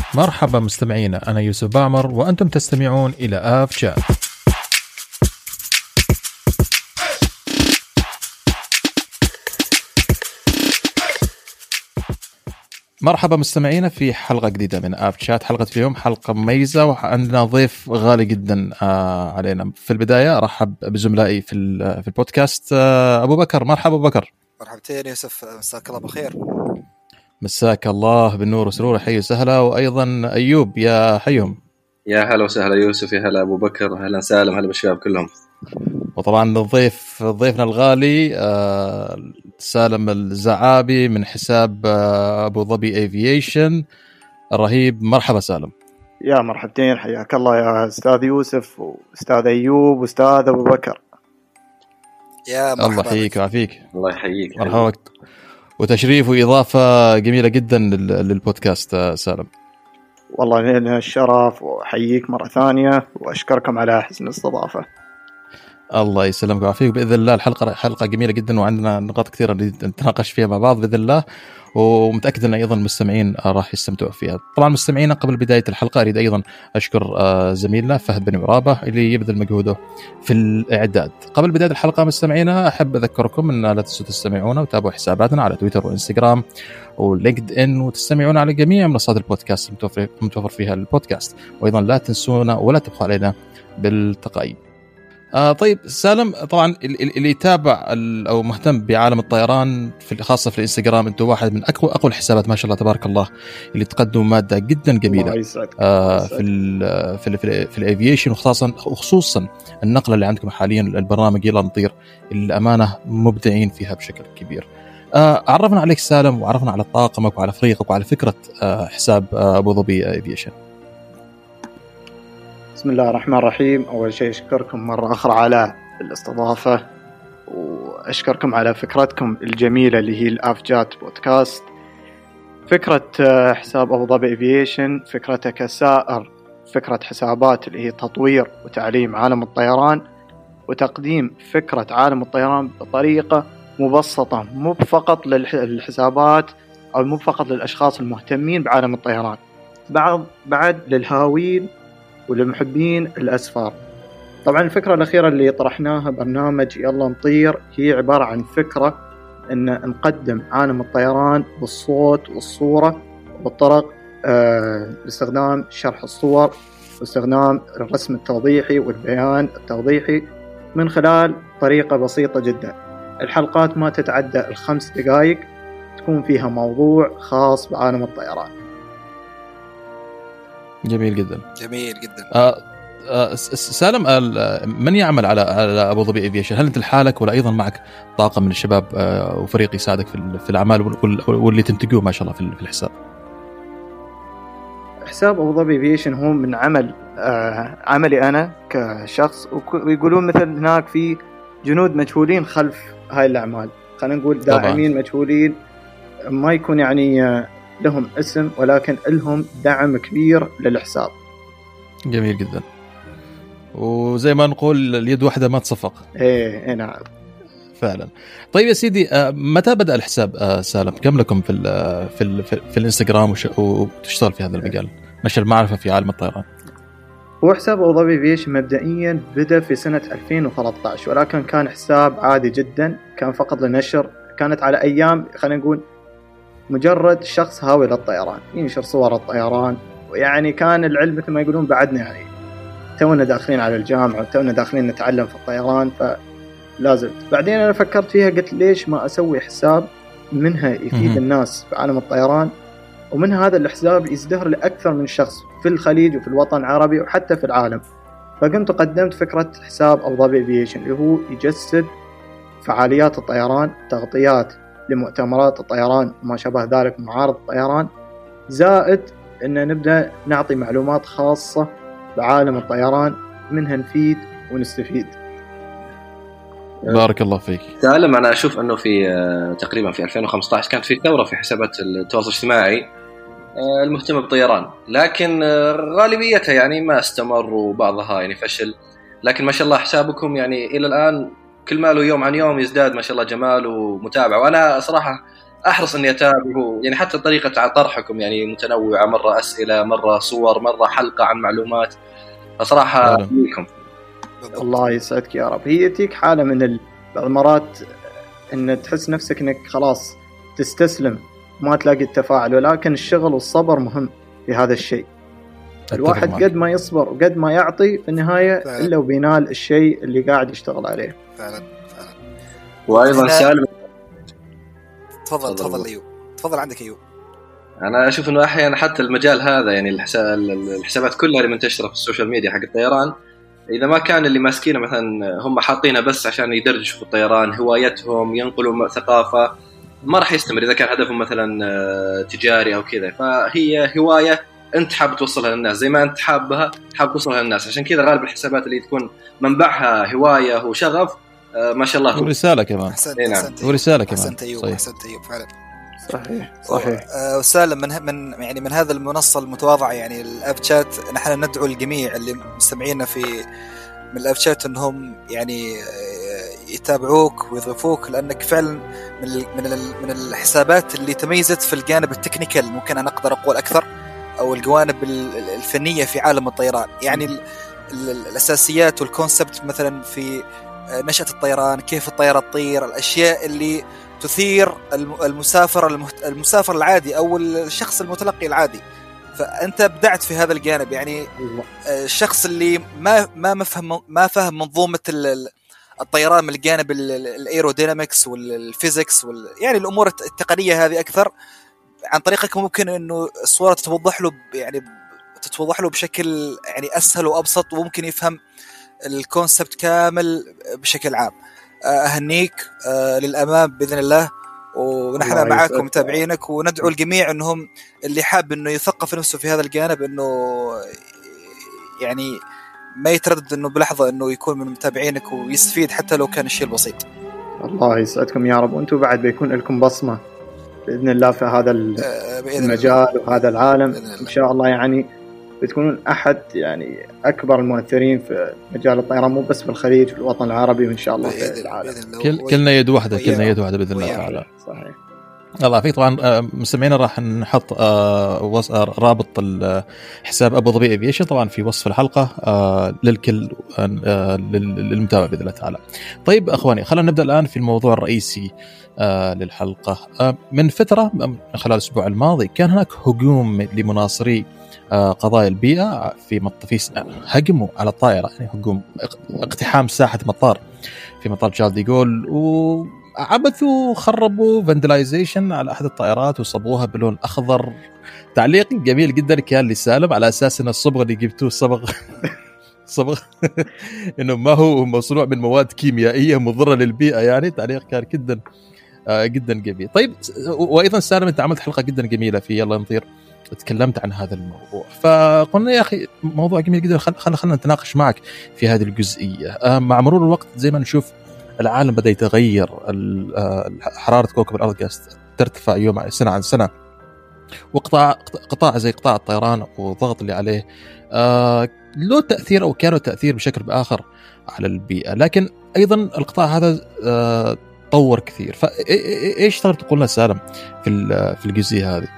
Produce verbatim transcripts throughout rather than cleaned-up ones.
مرحبا مستمعينا، أنا يوسف بعمر وأنتم تستمعون إلى آف شات. مرحبا مستمعينا في حلقة جديدة من آف شات. حلقة اليوم حلقة مميزة وعندنا ضيف غالي جدا علينا. في البداية أرحب بزملائي في في البودكاست. أبو بكر، مرحبا أبو بكر. مرحبتين يوسف، مساك الله بالخير. مساك الله بالنور وسرور، حي وسهلا. وأيضا أيوب، يا حيهم. يا هلا وسهلا يوسف، يا هلا أبو بكر، هلا سالم، هلا بالشباب كلهم. وطبعا الضيف ضيفنا الغالي سالم الزعابي من حساب أبو ظبي أفييشن الرهيب. مرحبا سالم. يا مرحبتين، حياك الله يا أستاذ يوسف وأستاذ أيوب وأستاذ أبو بكر. يا مرحبا. الله يحييك ويعافيك. الله يحييك. مرحبا، وتشريف وإضافة جميلة جدا للبودكاست سالم. والله لنا الشرف، وحييك مرة ثانية وأشكركم على حسن الاستضافة. الله يسلمك ويعافيك. بإذن الله الحلقة حلقة جميلة جدا، وعندنا نقاط كثيرة نتناقش فيها مع بعض بإذن الله، ومتأكد أن أيضا المستمعين راح يستمتعوا فيها. طبعا مستمعينا، قبل بداية الحلقة أريد أيضا أشكر زميلنا فهد بن مرابة اللي يبذل مجهوده في الإعداد. قبل بداية الحلقة مستمعينا أحب أذكركم أن لا تنسوا تستمعونا وتابعوا حساباتنا على تويتر وإنستغرام ولينكد إن، وتستمعون على جميع منصات البودكاست المتوفر فيها البودكاست. وأيضا لا تنسونا ولا تبخلوا علينا بالتقييم. آه طيب سالم، طبعا اللي يتابع او مهتم بعالم الطيران في خاصه في الانستغرام، انتم واحد من اقوى اقوى الحسابات ما شاء الله تبارك الله اللي تقدم ماده جدا جميله آه في ال في ال في الافييشن، وخاصه وخصوصا النقله اللي عندكم حاليا البرنامج يلا نطير، الامانه مبدعين فيها بشكل كبير. آه عرفنا عليك سالم، وعرفنا على طاقمك وعلى فريقك وعلى فكره آه حساب آه ابو ظبي افييشن. بسم الله الرحمن الرحيم. أول شيء أشكركم مرة أخرى على الاستضافة، وأشكركم على فكرتكم الجميلة اللي هي الأفجات بودكاست. فكرة حساب أبو ظبي أفييشن فكرتها كسائر فكرة حسابات اللي هي تطوير وتعليم عالم الطيران، وتقديم فكرة عالم الطيران بطريقة مبسطة، مو فقط للحسابات أو مو فقط للأشخاص المهتمين بعالم الطيران، بعض بعد للهاوين وللمحبين الأسفار. طبعا الفكرة الأخيرة اللي طرحناها برنامج يلا نطير هي عبارة عن فكرة أن نقدم عالم الطيران بالصوت والصورة بالطرق، آه باستخدام شرح الصور واستخدام الرسم التوضيحي والبيان التوضيحي من خلال طريقة بسيطة جدا. الحلقات ما تتعدى الخمس دقائق، تكون فيها موضوع خاص بعالم الطيران. جميل جدا. جميل جدا. آه آه سالم، من يعمل على على ابو ظبي افييشن؟ هل انت لحالك ولا ايضا معك طاقم من الشباب آه وفريق يساعدك في في الاعمال واللي تنتجوه ما شاء الله في الحساب؟ حساب ابو ظبي افييشن هو من عمل آه عملي انا كشخص، ويقولون مثل هناك في جنود مجهولين خلف هاي الاعمال، خلينا نقول داعمين مجهولين ما يكون يعني آه لهم اسم، ولكن لهم دعم كبير للحساب. جميل جدا. وزي ما نقول اليد واحدة ما تصفق. ايه نعم فعلا. طيب يا سيدي، متى بدأ الحساب سالم؟ كم لكم في ال في ال في الانستغرام وتشتغل في هذا المجال نشر المعرفة في عالم الطيران؟ هو حساب أبو ظبي أفييشن مبدئيا بدأ في سنة ألفين وثلاثة عشر، ولكن كان حساب عادي جدا، كان فقط لنشر، كانت على أيام خلينا نقول مجرد شخص هاوي للطيران ينشر صور الطيران، ويعني كان العلم مثل ما يقولون بعدنا يعني تونا داخلين على الجامعة وتونا داخلين نتعلم في الطيران، فلازم. بعدين أنا فكرت فيها، قلت ليش ما أسوي حساب منها يفيد الناس في عالم الطيران، ومن هذا الحساب يزدهر لأكثر من شخص في الخليج وفي الوطن العربي وحتى في العالم. فقمت وقدمت فكرة حساب أبو ظبي أفييشن اللي هو يجسد فعاليات الطيران، تغطيات لمؤتمرات الطيران وما شابه ذلك، معارض الطيران، زائد أن نبدأ نعطي معلومات خاصة بعالم الطيران منها نفيد ونستفيد. بارك الله فيك. تعلم، أنا أشوف أنه في تقريبا في ألفين وخمسة عشر كانت في ثورة في حسابات التواصل الاجتماعي المهتمة بالطيران، لكن غالبيتها يعني ما استمر وبعضها يعني فشل. لكن ما شاء الله حسابكم يعني إلى الآن كل ما له يوم عن يوم يزداد ما شاء الله جمال ومتابعة. وأنا صراحة احرص اني اتابعه، يعني حتى طريقه طرحكم يعني متنوعه، مره اسئله، مره صور، مره حلقه عن معلومات. فصراحه لكم الله يسعدك يا رب. هي تيك حاله من ال... بعض المرات ان تحس نفسك انك خلاص تستسلم ما تلاقي التفاعل، ولكن الشغل والصبر مهم في هذا الشيء. الواحد قد ما يصبر وقد ما يعطي في النهايه فعلا. الا وبينال الشيء اللي قاعد يشتغل عليه. فعلا فعلا. وايضا سالم، تفضل تفضل ايوب، تفضل عندك ايوب. انا اشوف انه احيانا حتى المجال هذا يعني الحسابات كلها اللي منتشره في السوشيال ميديا حق الطيران، اذا ما كان اللي ماسكينه مثلا هم حاطينه بس عشان يدردشوا في الطيران، هوايتهم ينقلوا ثقافه، ما راح يستمر اذا كان هدفهم مثلا تجاري او كذا. فهي هوايه انت حاب توصلها للناس زي ما انت حابها حاب توصلها للناس، عشان كذا غالب الحسابات اللي تكون منبعها هوايه وشغف ما شاء الله ورساله كمان. احسنت ورساله كمان. احسنت ايوب، احسنت ايوب فعلا. صحيح صحيح. وسالم من من يعني من هذا المنصه المتواضعه يعني الاب شات، نحن ندعو الجميع اللي مستمعينا في من الاب شات انهم يعني يتابعوك ويضيفوك، لانك فعلا من من من الحسابات اللي تميزت في الجانب التكنيكال، ممكن انا اقدر اقول اكثر، او الجوانب الفنيه في عالم الطيران، يعني الاساسيات والكونسبت مثلا في نشأة الطيران، كيف الطيارة تطير، الاشياء اللي تثير المسافر المسافر العادي او الشخص المتلقي العادي. فانت ابدعت في هذا الجانب، يعني الشخص اللي ما ما مفهم ما فهم منظومه الطيران من الجانب الايرودينامكس والفيزيكس وال يعني الامور التقنيه هذه اكثر، عن طريقك ممكن انه الصوره تتوضح له يعني تتوضح له بشكل يعني اسهل وابسط، وممكن يفهم الكونسبت كامل بشكل عام. اهنيك للامام باذن الله، ونحن معاكم متابعينك، وندعو الجميع انهم اللي حاب انه يثقف نفسه في هذا الجانب انه يعني ما يتردد انه بلحظه انه يكون من متابعينك ويستفيد حتى لو كان الشيء البسيط. الله يسعدكم يا رب، وانتم بعد بيكون لكم بصمه باذن الله في هذا المجال وهذا العالم ان شاء الله، يعني بتكونون احد يعني اكبر المؤثرين في مجال الطيران، مو بس في الخليج، في الوطن العربي، وان شاء الله في العالم. كل كلنا يد واحده، كلنا يد واحده باذن الله تعالى. صحيح. الله فيك. طبعا مستمعينا راح نحط رابط الحساب ابو ظبي افيشن طبعا في وصف الحلقه للكل للمتابع باذن الله تعالى. طيب اخواني، خلينا نبدا الان في الموضوع الرئيسي للحلقه. من فتره خلال الاسبوع الماضي كان هناك هجوم لمناصري قضايا البيئه في مطفيس، هجموا على الطائره، يعني هجوم اقتحام ساحه مطار في مطار شارل دي جول، وعبثوا خربوا فاندلايزيشن على احد الطائرات وصبوها بلون اخضر. تعليق جميل جدا كان لسالم على اساس ان الصبغه اللي جبتوه صبغ صبغ انه ما هو مصنوع من مواد كيميائيه مضره للبيئه، يعني تعليق كان جدا جدا جميل. طيب، وايضا سالم انت عملت حلقه جدا جميله في يلا نطير، تكلمت عن هذا الموضوع، فقلنا يا أخي موضوع جميل جدا، خلنا خلنا نتناقش معك في هذه الجزئية. مع مرور الوقت زي ما نشوف العالم بدأ يتغير، حرارة كوكب الأرض ترتفع يوم سنة عن سنة، وقطاع قطاع زي قطاع الطيران والضغط اللي عليه له تأثير أو كان له تأثير بشكل بآخر على البيئة، لكن أيضا القطاع هذا طور كثير. فإيش تقدر تقولنا سالم في في الجزئية هذه؟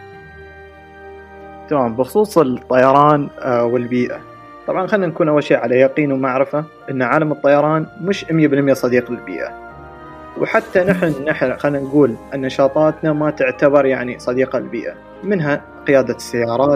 تمام. بخصوص الطيران والبيئة، طبعا خلينا نكون أول شيء على يقين ومعرفة أن عالم الطيران مش مية بالمية صديق للبيئة، وحتى نحن نحن خلينا نقول أن نشاطاتنا ما تعتبر يعني صديقة للبيئة، منها قيادة السيارات،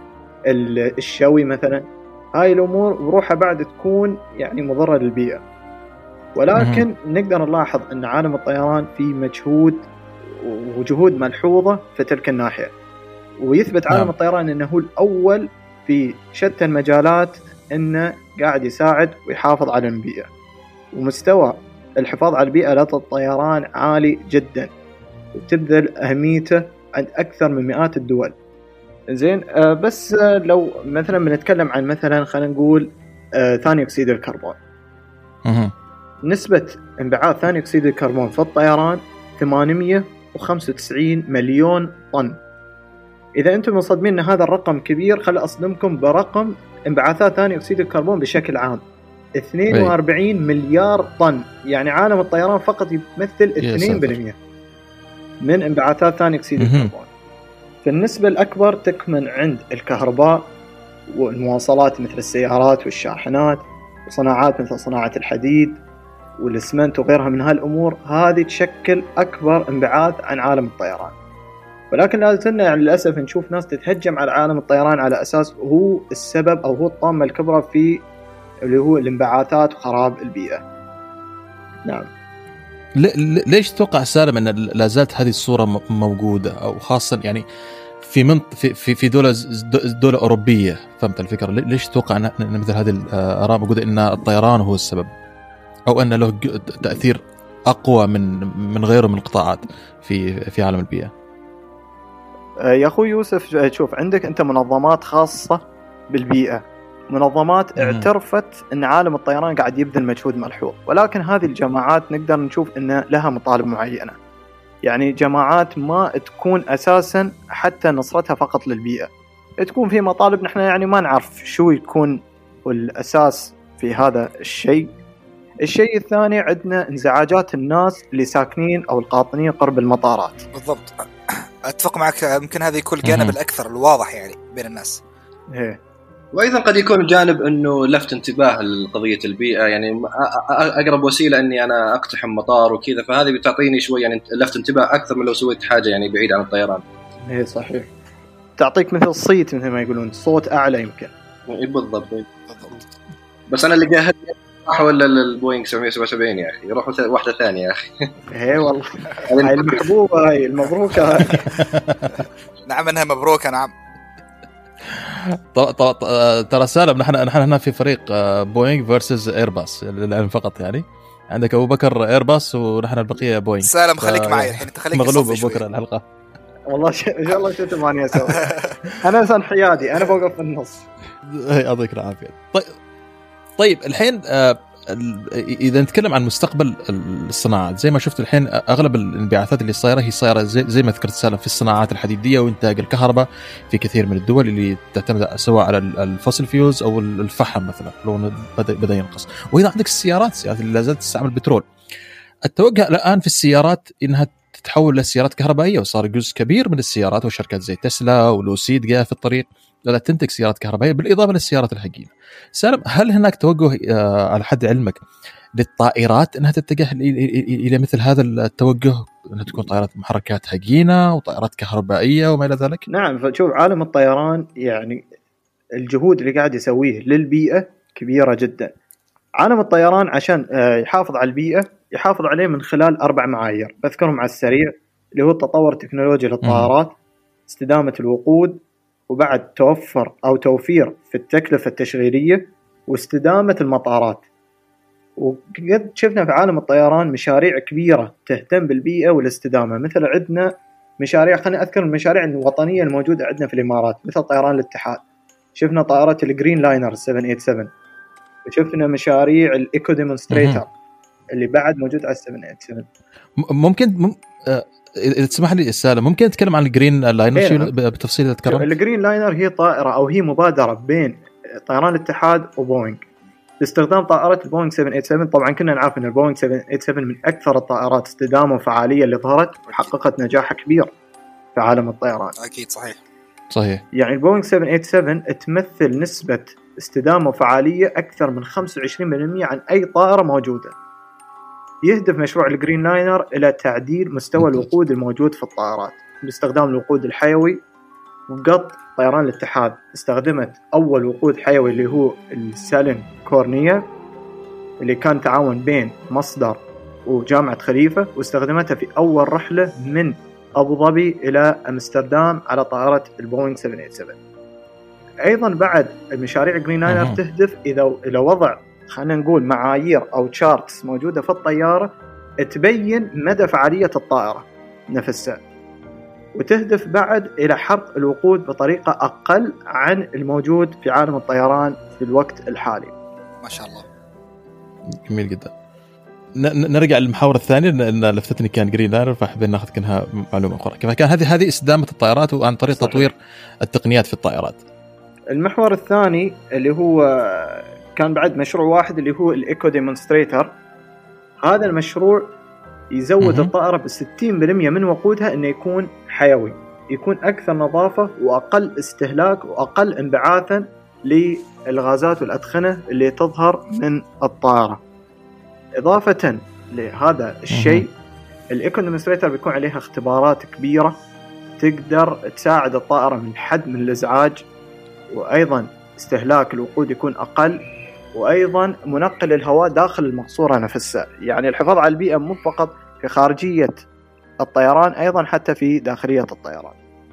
الشوي مثلا، هاي الأمور بروحها بعد تكون يعني مضرة للبيئة. ولكن نقدر نلاحظ أن عالم الطيران فيه مجهود وجهود ملحوظة في تلك الناحية، ويثبت عالم نعم. الطيران أنه هو الأول في شتى المجالات أنه قاعد يساعد ويحافظ على البيئة، ومستوى الحفاظ على البيئة لدى الطيران عالي جدا، وتبذل أهميته عند أكثر من مئات الدول. زين، آه بس آه لو مثلا بنتكلم عن مثلا خلينا نقول آه ثاني أكسيد الكربون، مه. نسبة انبعاث ثاني أكسيد الكربون في الطيران ثمانمئة وخمسة وتسعين مليون طن. إذا أنتم مصدمين أن هذا الرقم كبير، خلي أصدمكم برقم انبعاثات ثاني أكسيد الكربون بشكل عام، اثنين وأربعين مليار طن. يعني عالم الطيران فقط يمثل اثنين بالمئة. من انبعاثات ثاني أكسيد الكربون. فالنسبة الأكبر تكمن عند الكهرباء والمواصلات مثل السيارات والشاحنات، وصناعات مثل صناعة الحديد والإسمنت وغيرها من هالأمور. هذه تشكل أكبر انبعاث عن عالم الطيران. ولكن لا زلنا يعني للأسف نشوف ناس تتهجم على عالم الطيران على أساس هو السبب أو هو الطامة الكبرى في اللي هو الانبعاثات وخراب البيئة. نعم. ليش تتوقع سالم أن لا زالت هذه الصورة موجودة، أو خاصة يعني في منط في في في دولة دولة أوروبية؟ فهمت الفكرة؟ ليش تتوقع أن مثل هذه الآراء موجودة أن الطيران هو السبب، أو أن له تأثير أقوى من من غيره من القطاعات في في عالم البيئة؟ يا أخوي يوسف، شوف عندك أنت منظمات خاصة بالبيئة، منظمات اعترفت أن عالم الطيران قاعد يبذل مجهود ملحوظ، ولكن هذه الجماعات نقدر نشوف أن لها مطالب معينة. يعني جماعات ما تكون أساسا حتى نصرتها فقط للبيئة، تكون في مطالب نحن يعني ما نعرف شو يكون الأساس في هذا الشيء. الشيء الثاني عندنا انزعاجات الناس اللي ساكنين أو القاطنين قرب المطارات. بالضبط، أتفق معك. يمكن هذا يكون الجانب الأكثر الواضح يعني بين الناس. إيه. وأيضا قد يكون جانب أنه لفت انتباه لقضية البيئة، يعني أقرب وسيلة أني أنا أقتحم مطار وكذا، فهذه بتعطيني شوي يعني لفت انتباه أكثر من لو سويت حاجة يعني بعيد عن الطيران. إيه صحيح، تعطيك مثل الصيت مثل ما يقولون، صوت أعلى يمكن. إيه بالضبط. بالضبط. بس أنا اللي جاهد راح ولا البوينغ سبعمية وسبعة وسبعين يا أخي، يروح واحدة ثانية يا أخي. إيه والله هاي المحبوبة، هاي المبروكة. نعم أنها مبروكة. نعم. ترى سالم، نحن نحن هنا في فريق بوينغ فيرسز ايرباص للعلم فقط. يعني عندك ابو بكر ايرباص ونحن البقيه بوينغ. سالم خليك ف... معي الحين، انت خليك مغلوب ابو بكر الحلقه. والله ش... ان شاء الله شو تمانية اسوي. انا انسان حيادي، انا بوقف في النص. يعطيك العافيه. طيب طيب الحين آه إذا نتكلم عن مستقبل الصناعات، زي ما شفت الحين أغلب الانبعاثات اللي صايرة هي صايرة زي, زي ما ذكرت سالم في الصناعات الحديدية وإنتاج الكهرباء في كثير من الدول اللي تعتمد سواء على الفوسيل فيولز أو الفحم مثلا لو بدأ, بدأ ينقص. وإذا عندك السيارات السيارات اللي لازالت تستعمل بترول، التوجه الآن في السيارات إنها تتحول لسيارات كهربائية، وصار جزء كبير من السيارات وشركات زي تسلا ولوسيد جاء في الطريق لا تنتج سيارات كهربائية بالإضافة للسيارات الحقيقية. سالم، هل هناك توجه على حد علمك للطائرات أنها تتجه إلى مثل هذا التوجه، أنها تكون طائرات محركات هجينة وطائرات كهربائية وما إلى ذلك؟ نعم، فشوف عالم الطيران يعني الجهود اللي قاعد يسويه للبيئة كبيرة جدا. عالم الطيران عشان يحافظ على البيئة يحافظ عليه من خلال أربع معايير بذكرهم على السريع، اللي هو التطور التكنولوجي للطائرات، استدامة الوقود، وبعد توفر أو توفير في التكلفة التشغيلية، واستدامة المطارات. وقد شفنا في عالم الطيران مشاريع كبيرة تهتم بالبيئة والاستدامة، مثل عندنا مشاريع، خليني أذكر المشاريع الوطنية الموجودة عندنا في الإمارات، مثل طيران الاتحاد، شفنا طائرة الجرين لاينر سبعمية وثمانية وسبعين، وشفنا مشاريع الإيكو ديمونستريتر اللي بعد موجود على سبعمية وثمانية وسبعين. ممكن مم... آه... إذا تسمح لي السالة، ممكن نتكلم عن الجرين لاينر إيه بتفصيل تذكرها؟ الجرين لاينر هي طائرة أو هي مبادرة بين طيران الاتحاد وبوينغ باستخدام طائرة البوينغ سبعمية وثمانية وسبعين. طبعا كنا نعرف أن البوينغ سبعمية وثمانية وسبعين من أكثر الطائرات استدامة وفعالية اللي ظهرت وحققت نجاح كبير في عالم الطيران. أكيد صحيح صحيح. يعني البوينغ سبعمية وثمانية وسبعين تمثل نسبة استدامة وفعالية أكثر من خمسة وعشرين بالمئة عن أي طائرة موجودة. يهدف مشروع الجرين لاينر إلى تعديل مستوى الوقود الموجود في الطائرات باستخدام الوقود الحيوي. وقط طيران الاتحاد استخدمت أول وقود حيوي اللي هو السالين كورنيا، اللي كان تعاون بين مصدر وجامعة خليفة، واستخدمتها في أول رحلة من أبو ظبي إلى أمستردام على طائرة البوينغ سبعمية وثمانية وسبعين. أيضا بعد المشاريع جرين لاينر تهدف إذا إلى وضع خلينا نقول معايير أو تشارتس موجودة في الطيارة تبين مدى فعالية الطائرة نفسها، وتهدف بعد إلى حرق الوقود بطريقة أقل عن الموجود في عالم الطيران في الوقت الحالي. ما شاء الله، جميل جدا. نرجع للمحاور الثانية لأن لفتتني كان جرين لاينر، فحبينا ناخذ كنها معلومة أخرى. كما كان هذه هذه استدامة الطائرات وعن طريق صحيح. تطوير التقنيات في الطائرات. المحور الثاني اللي هو كان بعد مشروع واحد اللي هو الإيكو ديمونستريتر. هذا المشروع يزود الطائرة بستين بالمئة من وقودها إنه يكون حيوي، يكون أكثر نظافة وأقل استهلاك وأقل انبعاثا للغازات والأدخنة اللي تظهر من الطائرة. إضافة لهذا الشيء الإيكونومستريتر بيكون عليها اختبارات كبيرة تقدر تساعد الطائرة من حد من الإزعاج، وأيضا استهلاك الوقود يكون أقل، وأيضا منقل الهواء داخل المقصورة نفسها. يعني الحفاظ على البيئة مو فقط في خارجية الطيران، أيضا حتى في داخلية الطيران.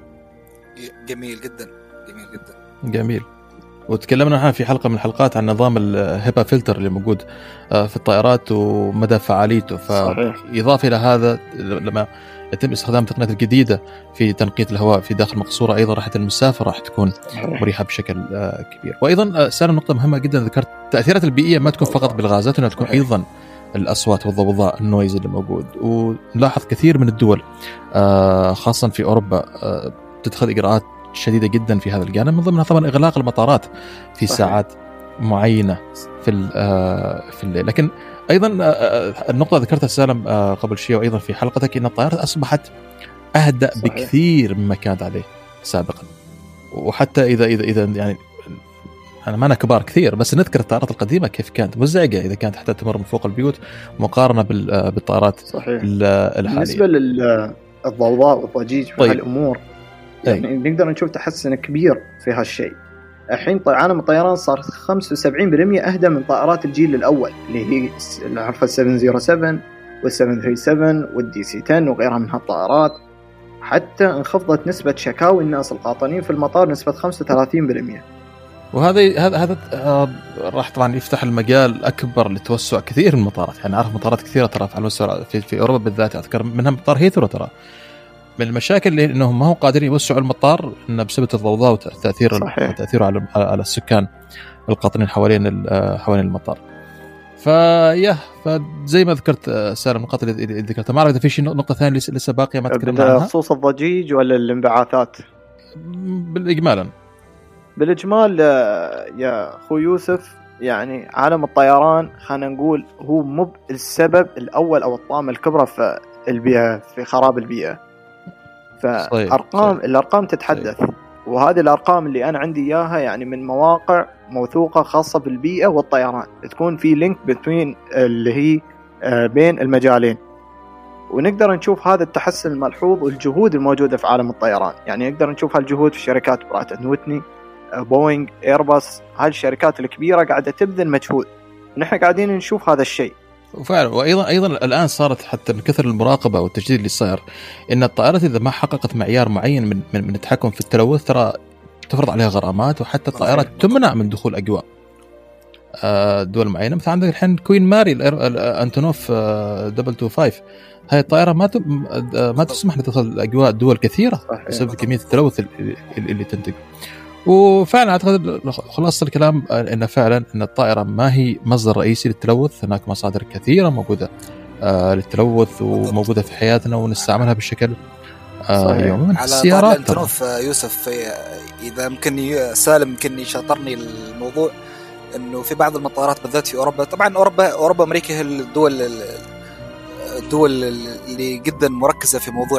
جميل جدا جميل جدا جميل. وتكلمنا نحن في حلقة من الحلقات عن نظام الهيبا فلتر اللي موجود في الطائرات ومدى فعاليته. فإضافة إلى هذا لما يتم استخدام التقنيات الجديدة في تنقية الهواء في داخل المقصورة، أيضا راح المسافة راح تكون مريحة بشكل كبير. وأيضا سالم نقطة مهمة جدا ذكرت، التأثيرات البيئية ما تكون فقط بالغازات، إنها تكون أيضا الأصوات والضوضاء، النويز اللي موجود. ونلاحظ كثير من الدول خاصة في أوروبا تتخذ إجراءات شديدة جدا في هذا الجانب، من ضمنها طبعا إغلاق المطارات في صحيح. ساعات معينة في في الليل. لكن أيضا النقطة ذكرتها سالم قبل شيء وأيضا في حلقتك، إن الطائرات أصبحت أهدأ صحيح. بكثير مما كانت عليه سابقا. وحتى إذا إذا إذا يعني أنا ما أنا كبار كثير، بس نذكر الطائرات القديمة كيف كانت مزعجة إذا كانت حتى تمر من فوق البيوت مقارنة بالطائرات الحالية. بالنسبة للضوضاء والضجيج في طيب. هالأمور يعني نقدر نشوف تحسن كبير في هالشيء. الحين عالم الطيران صار خمسة وسبعين بالمئة أهدى من طائرات الجيل الأول اللي هي العرفة سبعمية وسبعة والسبعمية وثلاثة وثلاثين والدي سي عشرة وغيرها من هالطائرات. حتى انخفضت نسبة شكاوي الناس القاطنين في المطار نسبة خمسة وثلاثين بالمئة. وهذا هذا هذا آه راح طبعا يفتح المجال أكبر لتوسع كثير من المطارات. يعني أعرف مطارات كثيرة ترى على مستوى في, في أوروبا بالذات، أذكر منها مطار هيثرو ترى من المشاكل اللي انهم ما هو قادرين يوسعوا المطار انه بسبب الضوضاء وتاثير تاثيره على على السكان القاطنين حوالين حوالين المطار. فيا فزي ما ذكرت سالم النقاط اللي ذكرتها، ما اعرف اذا في شيء نقطه ثانيه لسه باقيه ما تكلمنا عنها بخصوص الضجيج ولا الانبعاثات. بالاجمالا بالاجمال يا اخو يوسف، يعني عالم الطيران خلينا نقول هو مو السبب الاول او الطامه الكبرى في البيئه في خراب البيئه. فأرقام الأرقام تتحدث صحيح. وهذه الأرقام اللي أنا عندي إياها يعني من مواقع موثوقة خاصة بالبيئة والطيران، تكون في لينك بين اللي هي بين المجالين، ونقدر نشوف هذا التحسن الملحوظ والجهود الموجودة في عالم الطيران. يعني نقدر نشوف هالجهود في شركات برات أند ويتني، بوينغ، إيرباص، هاي الشركات الكبيرة قاعدة تبذل مجهود، ونحن قاعدين نشوف هذا الشيء. وفعلا وايضا ايضا الان صارت حتى من كثر المراقبه والتجديد اللي صار ان الطائرات اذا ما حققت معيار معين من من, من التحكم في التلوث ترى تفرض عليها غرامات، وحتى الطائرات تمنع من دخول اجواء دول معينه. مثلا عندك الحين كوين ماري انتونوف دبل تو فايف، هاي الطائره ما ما تسمح لتدخل اجواء دول كثيره بسبب كميه التلوث اللي, اللي تنتج. وفعلا اعتقد خلاص الكلام ان فعلا ان الطائره ما هي مصدر رئيسي للتلوث، هناك مصادر كثيره موجوده آه للتلوث وموجوده في حياتنا ونستعملها بالشكل آه يوميا. على السيارات انتونوف يوسف، اذا ممكن سالم ممكن يشاطرني الموضوع، انه في بعض المطارات بالذات في اوروبا، طبعا اوروبا اوروبا امريكا هي الدول الدول اللي جدا مركزه في موضوع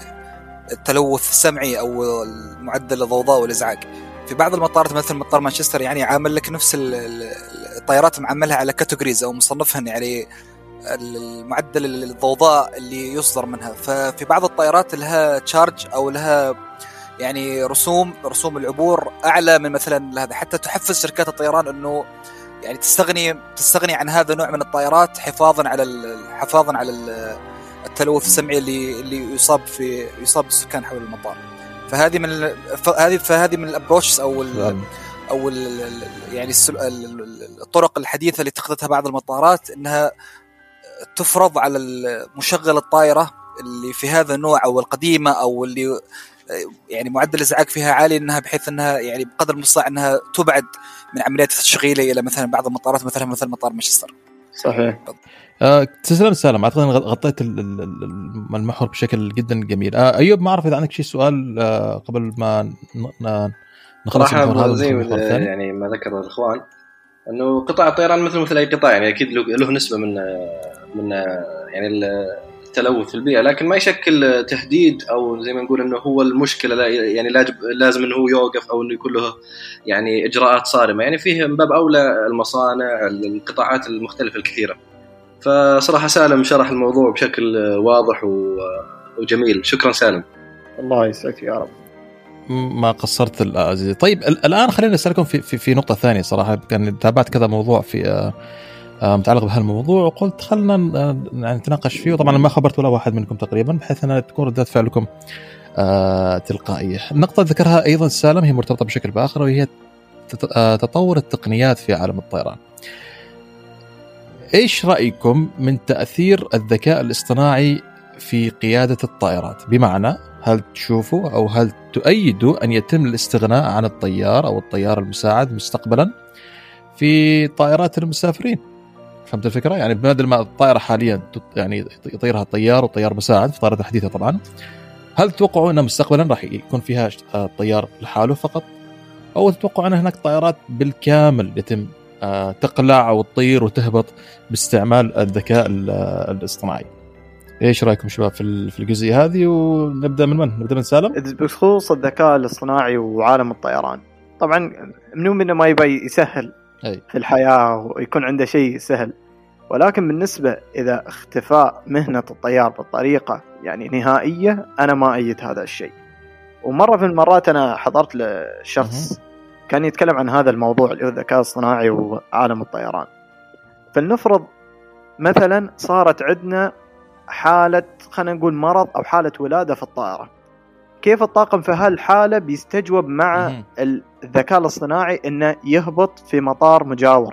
التلوث السمعي او معدل الضوضاء والازعاج. في بعض المطارات مثل مطار مانشستر يعني عامل لك نفس الطائرات معملها على كاتيجوريز او مصنفها يعني المعدل الضوضاء اللي يصدر منها. ففي بعض الطائرات لها تشارج او لها يعني رسوم رسوم العبور اعلى من مثلا هذا، حتى تحفز شركات الطيران انه يعني تستغني تستغني عن هذا النوع من الطائرات حفاظا على حفاظا على التلوث السمعي اللي اللي يصاب في يصاب السكان حول المطار. فهذه من هذه فهذه من الابروشز او ال او ال يعني الطرق الحديثه اللي اتخذتها بعض المطارات، انها تفرض على مشغل الطائره اللي في هذا النوع او القديمه او اللي يعني معدل الازعاج فيها عالي، انها بحيث انها يعني بقدر المستطاع انها تبعد من عمليات التشغيل الى مثلا بعض المطارات مثلا مثل مطار مانشستر. صحيح. أه تسلم سالم، اعتقد ان غطيت المحور بشكل جدا جميل. أه ايوب ما اعرف اذا عندك شيء سؤال أه قبل ما نخلص المحور هذا. يعني ما ذكر الاخوان انه قطاع الطيران مثل مثل اي قطاع يعني اكيد له نسبه من من يعني التلوث في البيئة، لكن ما يشكل تهديد أو زي ما نقول إنه هو المشكلة، لا يعني لازم إنه هو يوقف أو إنه يكون له يعني إجراءات صارمة. يعني فيه من باب أولى المصانع، القطاعات المختلفة الكثيرة. فصراحة سالم شرح الموضوع بشكل واضح وجميل. شكرا سالم. الله يسعدك يا رب. ما قصرت العزيزي. طيب الآن خلينا نسألكم في في, في نقطة ثانية. صراحة كان تابعت كذا موضوع في متعلق بهالموضوع وقلت خلنا نتناقش فيه، وطبعا ما خبرت ولا واحد منكم تقريبا بحيث أن تكون ردات فعلكم تلقائية. النقطة ذكرها أيضا سالم هي مرتبطة بشكل بآخر، وهي تطور التقنيات في عالم الطيران. إيش رأيكم من تأثير الذكاء الاصطناعي في قيادة الطائرات؟ بمعنى هل تشوفوا أو هل تؤيدوا أن يتم الاستغناء عن الطيار أو الطيار المساعد مستقبلا في طائرات المسافرين؟ فهمت الفكرة؟ يعني بدل ما الطائرة حاليا يعني يطيرها طيار وطيار مساعد في طائرة حديثة طبعا، هل تتوقعوا أن مستقبلا راح يكون فيها طيار لحاله فقط، أو تتوقعوا أن هناك طائرات بالكامل يتم تقلع أو تطير وتهبط باستعمال الذكاء الاصطناعي؟ ايش رايكم شباب في في الجزئيه هذه؟ ونبدا من من نبدا من سالم. بخصوص الذكاء الاصطناعي وعالم الطيران، طبعا منو منه ما يبي يسهل أي. في الحياه ويكون عنده شيء سهل، ولكن بالنسبه اذا اختفاء مهنه الطيار بالطريقه يعني نهائيه، انا ما ايد هذا الشيء. ومره في المرات انا حضرت لشخص كان يتكلم عن هذا الموضوع اللي هو الذكاء الاصطناعي وعالم الطيران. فلنفرض مثلا صارت عندنا حالة خلينا نقول مرض أو حالة ولادة في الطائرة، كيف الطاقم في هالحالة بيستجوب مع الذكاء الاصطناعي إنه يهبط في مطار مجاور،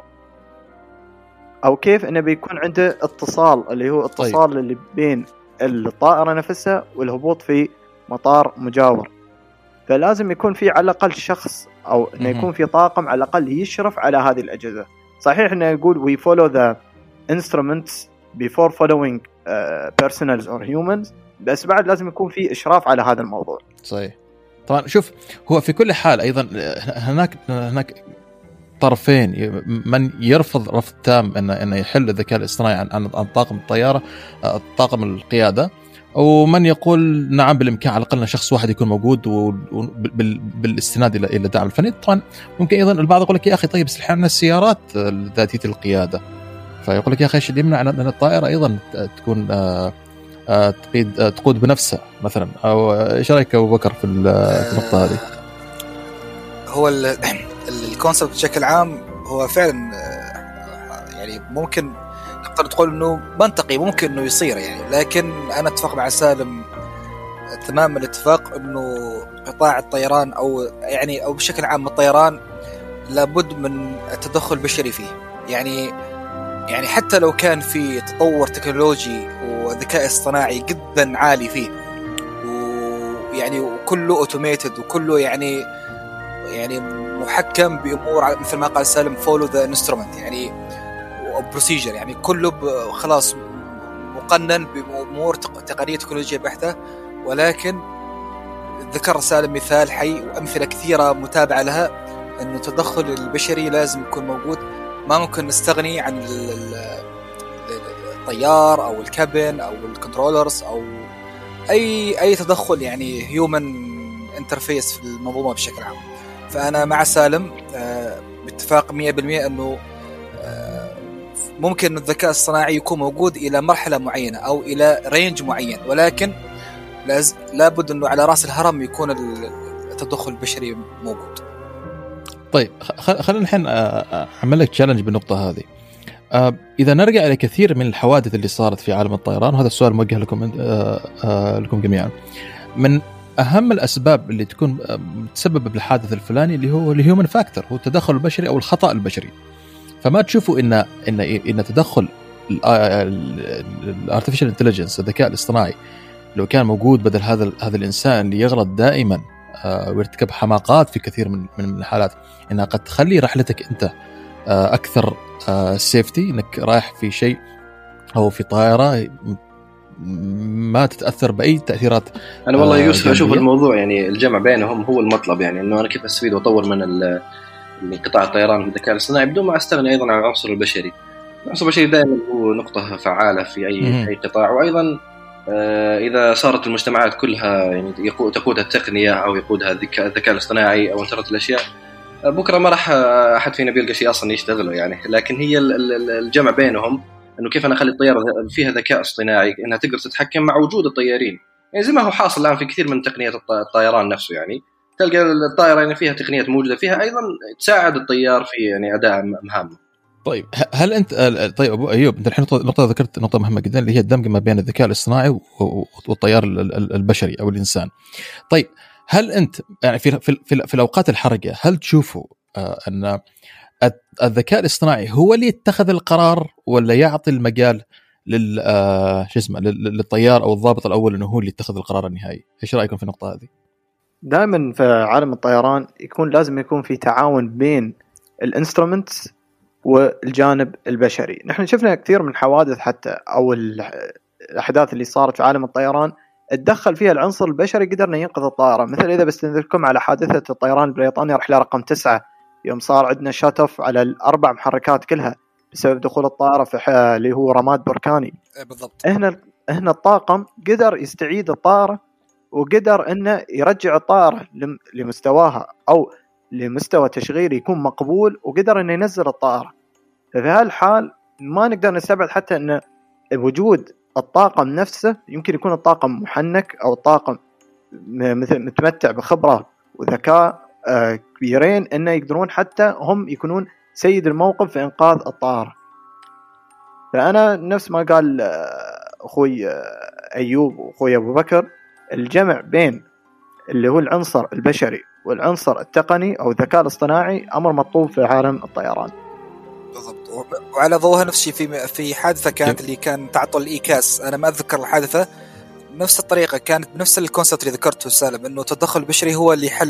أو كيف إنه بيكون عنده اتصال اللي هو اتصال طيب. اللي بين الطائرة نفسها والهبوط في مطار مجاور. فلازم يكون في على الأقل شخص أو إنه يكون في طاقم على الأقل يشرف على هذه الأجهزة. صحيح إنه يقول we follow the instruments before following uh, personals or humans، بس بعد لازم يكون في إشراف على هذا الموضوع. صحيح. طبعا شوف، هو في كل حال أيضا هناك هناك طرفين، من يرفض رفض تام أن أن يحل الذكاء الاصطناعي عن عن طاقم الطيارة، طاقم القيادة، ومن يقول نعم بالإمكان على الأقل شخص واحد يكون موجود بالاستناد إلى إلى دعم الفني. طبعا ممكن أيضا البعض يقول لك يا أخي طيب بس الحين السيارات ذاتية القيادة، فيقول لك يا أخي ايش اللي يمنع أن الطائرة أيضا تكون تقيد تقود بنفسها مثلا؟ أو ايش رأيك أبو بكر في النقطة هذه؟ هو الكونسبت بشكل عام هو فعلا يعني ممكن نقدر تقول إنه منطقي، ممكن إنه يصير يعني، لكن أنا أتفق مع سالم تمام الاتفاق إنه قطاع الطيران أو يعني أو بشكل عام الطيران لابد من التدخل البشري فيه. يعني يعني حتى لو كان في تطور تكنولوجي وذكاء اصطناعي جدا عالي فيه، ويعني وكله اوتوميتد وكله يعني يعني محكم بامور مثل ما قال سالم follow the instrument يعني وبروسيجر، يعني كله خلاص مقنن بامور تقنيه تكنولوجيا بحته. ولكن ذكر سالم مثال حي وامثله كثيره متابعه لها انه التدخل البشري لازم يكون موجود. ما ممكن نستغني عن الطيار او الكابين او الكنترولرز او اي اي تدخل يعني هيومن انترفيس في المنظومه بشكل عام. فانا مع سالم باتفاق مية بالمية انه ممكن الذكاء الصناعي يكون موجود الى مرحله معينه او الى رينج معين، ولكن لابد انه على راس الهرم يكون التدخل البشري موجود. طيب خلينا الحين أعمل لك تشالنج بالنقطة هذه. إذا نرجع إلى كثير من الحوادث اللي صارت في عالم الطيران، وهذا السؤال موجه لكم لكم جميعا، من أهم الأسباب اللي تكون تسبب بالحادث الفلاني اللي هو الهيومن فاكتور، هو التدخل البشري أو الخطأ البشري. فما تشوفوا إن إن إن تدخل الارتفيشال انتليجنس الذكاء الاصطناعي لو كان موجود بدل هذا هذا الإنسان اللي يغلط دائما ويرتكب حماقات في كثير من من الحالات، انها قد تخلي رحلتك انت اكثر سيفتي، انك رايح في شيء او في طائره ما تتاثر باي تاثيرات. انا والله يوسف اشوف الموضوع يعني الجمع بينهم هو المطلب، يعني انه انا كيف استفيد واطور من من قطاع الطيران بالذكاء الاصطناعي بدون ما استغني ايضا عن العنصر البشري. العنصر البشري دائما هو نقطه فعاله في اي اي قطاع، وايضا إذا صارت المجتمعات كلها يعني تقودها التقنية أو يقودها الذكاء الاصطناعي أو انترنت الأشياء، بكرة ما راح أحد فينا بيلقى شيء أصلا يشتغله يعني. لكن هي الجمع بينهم إنه كيف أنا أخلي الطيارة فيها ذكاء اصطناعي إنها تقدر تتحكم مع وجود الطيارين، يعني زي ما هو حاصل الآن في كثير من تقنيات الطيران نفسه. يعني تلقى الطائرة يعني فيها تقنيات موجودة فيها أيضا تساعد الطيار في يعني أداء مهامه. طيب هل أنت طيب أبو أيوب، أنت الحين نقطة ذكرت نقطة مهمة جدا اللي هي الدمج ما بين الذكاء الاصطناعي والطيار البشري أو الإنسان. طيب هل أنت يعني في في في, في الأوقات الحرجة هل تشوفوا أن الذكاء الاصطناعي هو اللي يتخذ القرار ولا يعطي المجال لل شو اسمه للطيار أو الضابط الأول إنه هو اللي يتخذ القرار النهائي؟ إيش رأيكم في النقطة هذه؟ دائما في عالم الطيران يكون لازم يكون في تعاون بين الانسترومنتس والجانب البشري. نحن شفنا كثير من حوادث حتى أو الأحداث اللي صارت في عالم الطيران اتدخل فيها العنصر البشري قدرنا ينقذ الطائرة. مثل إذا بستنذركم على حادثة الطيران البريطاني رحلة رقم تسعة يوم صار عندنا شاتف على الأربع محركات كلها بسبب دخول الطائرة في اللي هو رماد بركاني. بالضبط. هنا هنا الطاقم قدر يستعيد الطائرة وقدر إنه يرجع الطائرة لمستواها أو لمستوى تشغيل يكون مقبول، وقدر إنه ينزل الطائرة. ففي هالحال ما نقدر نستبعد حتى إن وجود الطاقم نفسه يمكن يكون الطاقم محنك أو الطاقم مثل متمتع بخبرة وذكاء كبيرين إنه يقدرون حتى هم يكونون سيد الموقف في إنقاذ الطائرة. فأنا نفس ما قال أخوي أيوب وأخوي أبو بكر، الجمع بين اللي هو العنصر البشري والعنصر التقني أو الذكاء الاصطناعي أمر مطلوب في عالم الطيران. بالضبط. وعلى ضوءها نفس الشيء في في حادثة كانت اللي كان تعطل الإيكاس، أنا ما أتذكر الحادثة، نفس الطريقة كانت بنفس الكونسبت اللي ذكرته سالم، إنه التدخل البشري هو اللي يحل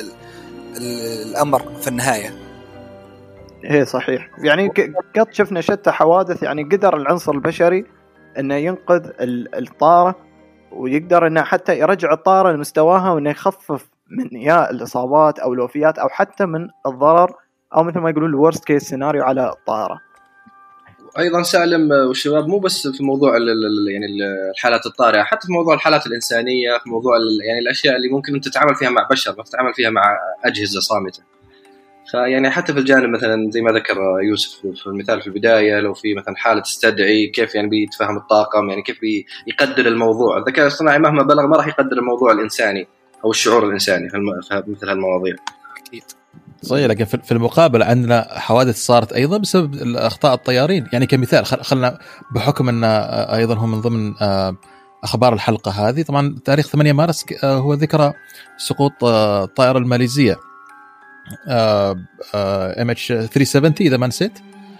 الأمر في النهاية. إيه صحيح. يعني قد شفنا شتى حوادث يعني قدر العنصر البشري إنه ينقذ الطائرة ويقدر إنه حتى يرجع الطائرة لمستواها وإنه يخفف من يا الإصابات أو الوفيات أو حتى من الضرر أو مثل ما يقولون الورست كيس سيناريو على الطائرة. أيضا سالم والشباب مو بس في موضوع يعني الحالات الطارئة، حتى في موضوع الحالات الإنسانية، في موضوع يعني الأشياء اللي ممكن أن تتعامل فيها مع بشر ما تتعامل فيها مع أجهزة صامتة. فيعني حتى في الجانب مثلا زي ما ذكر يوسف في المثال في البداية، لو في مثلا حالة تستدعي كيف يعني بيتفهم الطاقم، يعني كيف بيقدر الموضوع. الذكاء الاصطناعي مهما بلغ ما راح يقدر الموضوع الإنساني أو الشعور الإنساني في مثل هالمواضيع. أكيد. صحيح. لكن في المقابل عندنا حوادث صارت أيضا بسبب أخطاء الطيارين. يعني كمثال خلنا بحكم أن أيضا هم من ضمن أخبار الحلقة هذه، طبعا تاريخ ثمانية مارس هو ذكرى سقوط الطائرة الماليزية إم إتش ثلاثمية وسبعين إذا ما نسيت.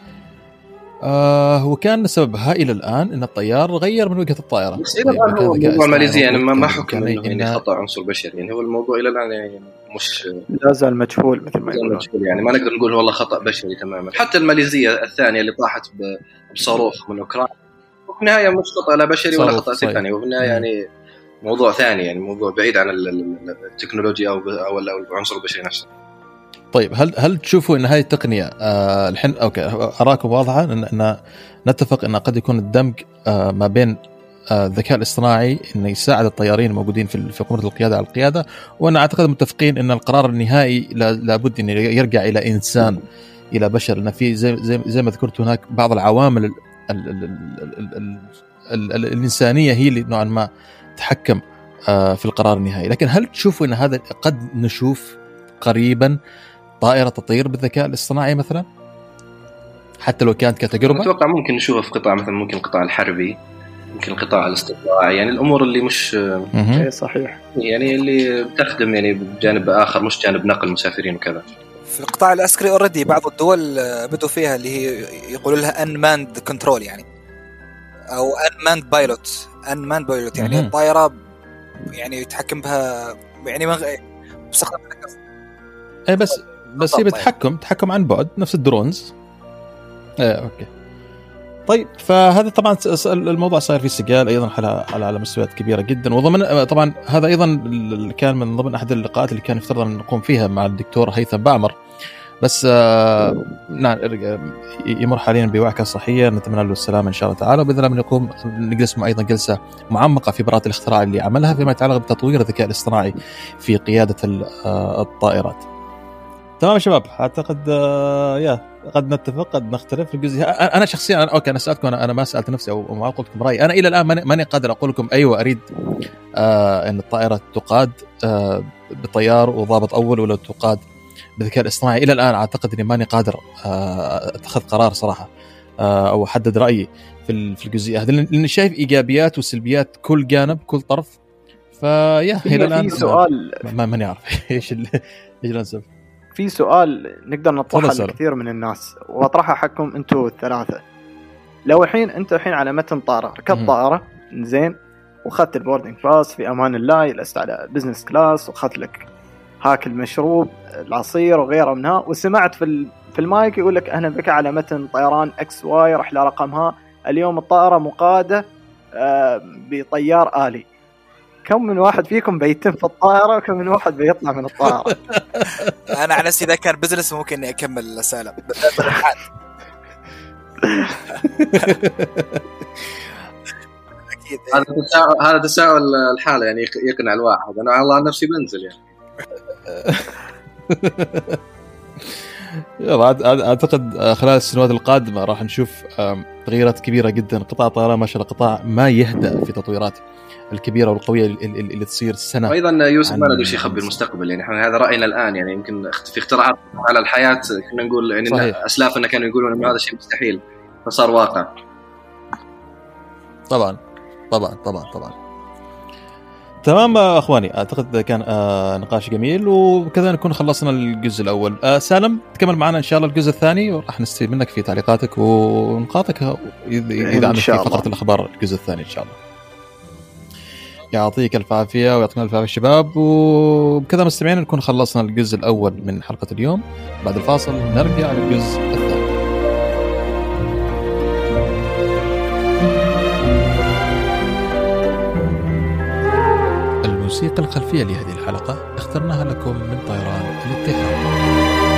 آه وكان سببها إلى الآن إن الطيار غير من وجهة الطائرة. بس إلى الآن هو الموضوع الماليزي يعني ما حكم إنه يعني خطأ عنصر بشري، يعني هو الموضوع إلى الآن يعني مش لازال مجهول مثل ما يقولون. يعني ما نقدر نقول والله خطأ بشري تماما. حتى الماليزية الثانية اللي طاحت بصاروخ من أوكرانيا في النهاية مش خطأ لا بشري ولا خطأ ثاني، وفي النهاية يعني موضوع ثاني، يعني موضوع بعيد عن التكنولوجيا أو أو العنصر البشري نفسه. طيب هل هل تشوفوا ان هذه التقنيه آه الحين اوكي اراكم واضحه ان, إن نتفق ان قد يكون الدمج آه ما بين الذكاء آه الاصطناعي انه يساعد الطيارين الموجودين في في قمه القياده على القياده، وانا اعتقد متفقين ان القرار النهائي لابد ان يرجع الى انسان الى بشر، لان في زي زي, زي ما ذكرت هناك بعض العوامل ال ال ال ال ال ال ال الانسانيه هي اللي نوعا ما تحكم آه في القرار النهائي. لكن هل تشوفوا ان هذا قد نشوف قريبا طائرة تطير بالذكاء الاصطناعي مثلا حتى لو كانت كتجربة؟ أتوقع ممكن نشوفها في قطاع مثلا ممكن القطاع الحربي، ممكن القطاع الاستطلاعي، يعني الأمور اللي مش صحيح يعني اللي بتخدم يعني بجانب آخر مش جانب نقل مسافرين وكذا. في القطاع العسكري أوردي بعض الدول بدوا فيها اللي هي يقولوا لها unmanned control يعني أو unmanned pilot unmanned pilot يعني الطائرة يعني يتحكم بها يعني من بستخدم إيه بس بس هي بتحكم تحكم عن بعد نفس الدرونز. ايه اوكي. طيب فهذا طبعا الموضوع صار فيه سجال ايضا على على مستويات كبيره جدا، وضمن طبعا هذا ايضا كان من ضمن احد اللقاءات اللي كان يفترض ان نقوم فيها مع الدكتور هيثم بعمر بس آه نعم يمر حاليا بوعكة صحية، نتمنى له السلامة إن شاء الله تعالى، وبإذن الله نقوم نجلس مع أيضا جلسة معمقة في براءة الاختراع اللي عملها فيما يتعلق بتطوير الذكاء الاصطناعي في قيادة الطائرات. تمام يا شباب، أعتقد آه يا قد نتفق قد نختلف في الجزء. أنا شخصيا أنا أوكي أنا سألتكم، أنا أنا ما سألت نفسي أو ما قلت لكم رأيي. أنا إلى الآن ماني قادر أقول لكم أيوة أريد آه أن الطائرة تقاد آه بطيار وضابط أول ولا تقاد بالذكاء الاصطناعي. إلى الآن أعتقد أني ماني قادر آه أتخذ قرار صراحة آه أو أحدد رأيي في في الجزئية هذه، لأن شايف إيجابيات وسلبيات كل جانب كل طرف. فيا إلى الآن في سؤال ما ماني عارف إيش إيش الأنسب. في سؤال نقدر نطرحه لكثير من الناس واطرحها حقكم انتم الثلاثه. لو الحين انت الحين على متن طائره، ركبت طائره زين واخذت البوردنج باس في امان الله، جلست على بزنس كلاس واخذت لك هاك المشروب العصير وغيره منها، وسمعت في في المايك يقول لك اهلا بك على متن طيران اكس واي رحله رقمها، اليوم الطائره مقاده بطيار آلي. كم من واحد فيكم بيتم في الطائرة وكم من واحد بيطلع من الطائرة؟ أنا على نفسي إذا كان بزنس ممكن أكمل سالم. أكيد هذا تساؤل هذا تساؤل الحالة يعني يقنع الواحد. أنا على الله نفسي بنزل يعني. أعتقد خلال السنوات القادمة راح نشوف تغييرات كبيرة جدا. قطاع الطيران ما شاء الله قطاع ما يهدأ في تطويرات الكبيرة والقوية اللي تصير السنة. وأيضا يوسف ما نقدر شيء يخبي المستقبل، يعني إحنا هذا رأينا الآن. يعني يمكن في اختراعات على الحياة كنا نقول يعني صحيح. أسلافنا كانوا يقولون إن هذا شيء مستحيل فصار واقع. طبعا طبعا طبعا طبعا. تمام أخواني، أعتقد كان آه نقاش جميل، وكذا نكون خلصنا الجزء الأول. آه سالم تكمل معنا إن شاء الله الجزء الثاني، وراح نستفيد منك في تعليقاتك ونقاطك إذا عندك في فقرة الأخبار الجزء الثاني إن شاء الله. يعطيك الف عافيه ويعطينا الف عافيه الشباب. وبكذا مستمعين نكون خلصنا الجزء الاول من حلقه اليوم. بعد الفاصل نرجع للجزء الثاني. الموسيقى الخلفيه لهذه الحلقه اخترناها لكم من طيران الاتحاد.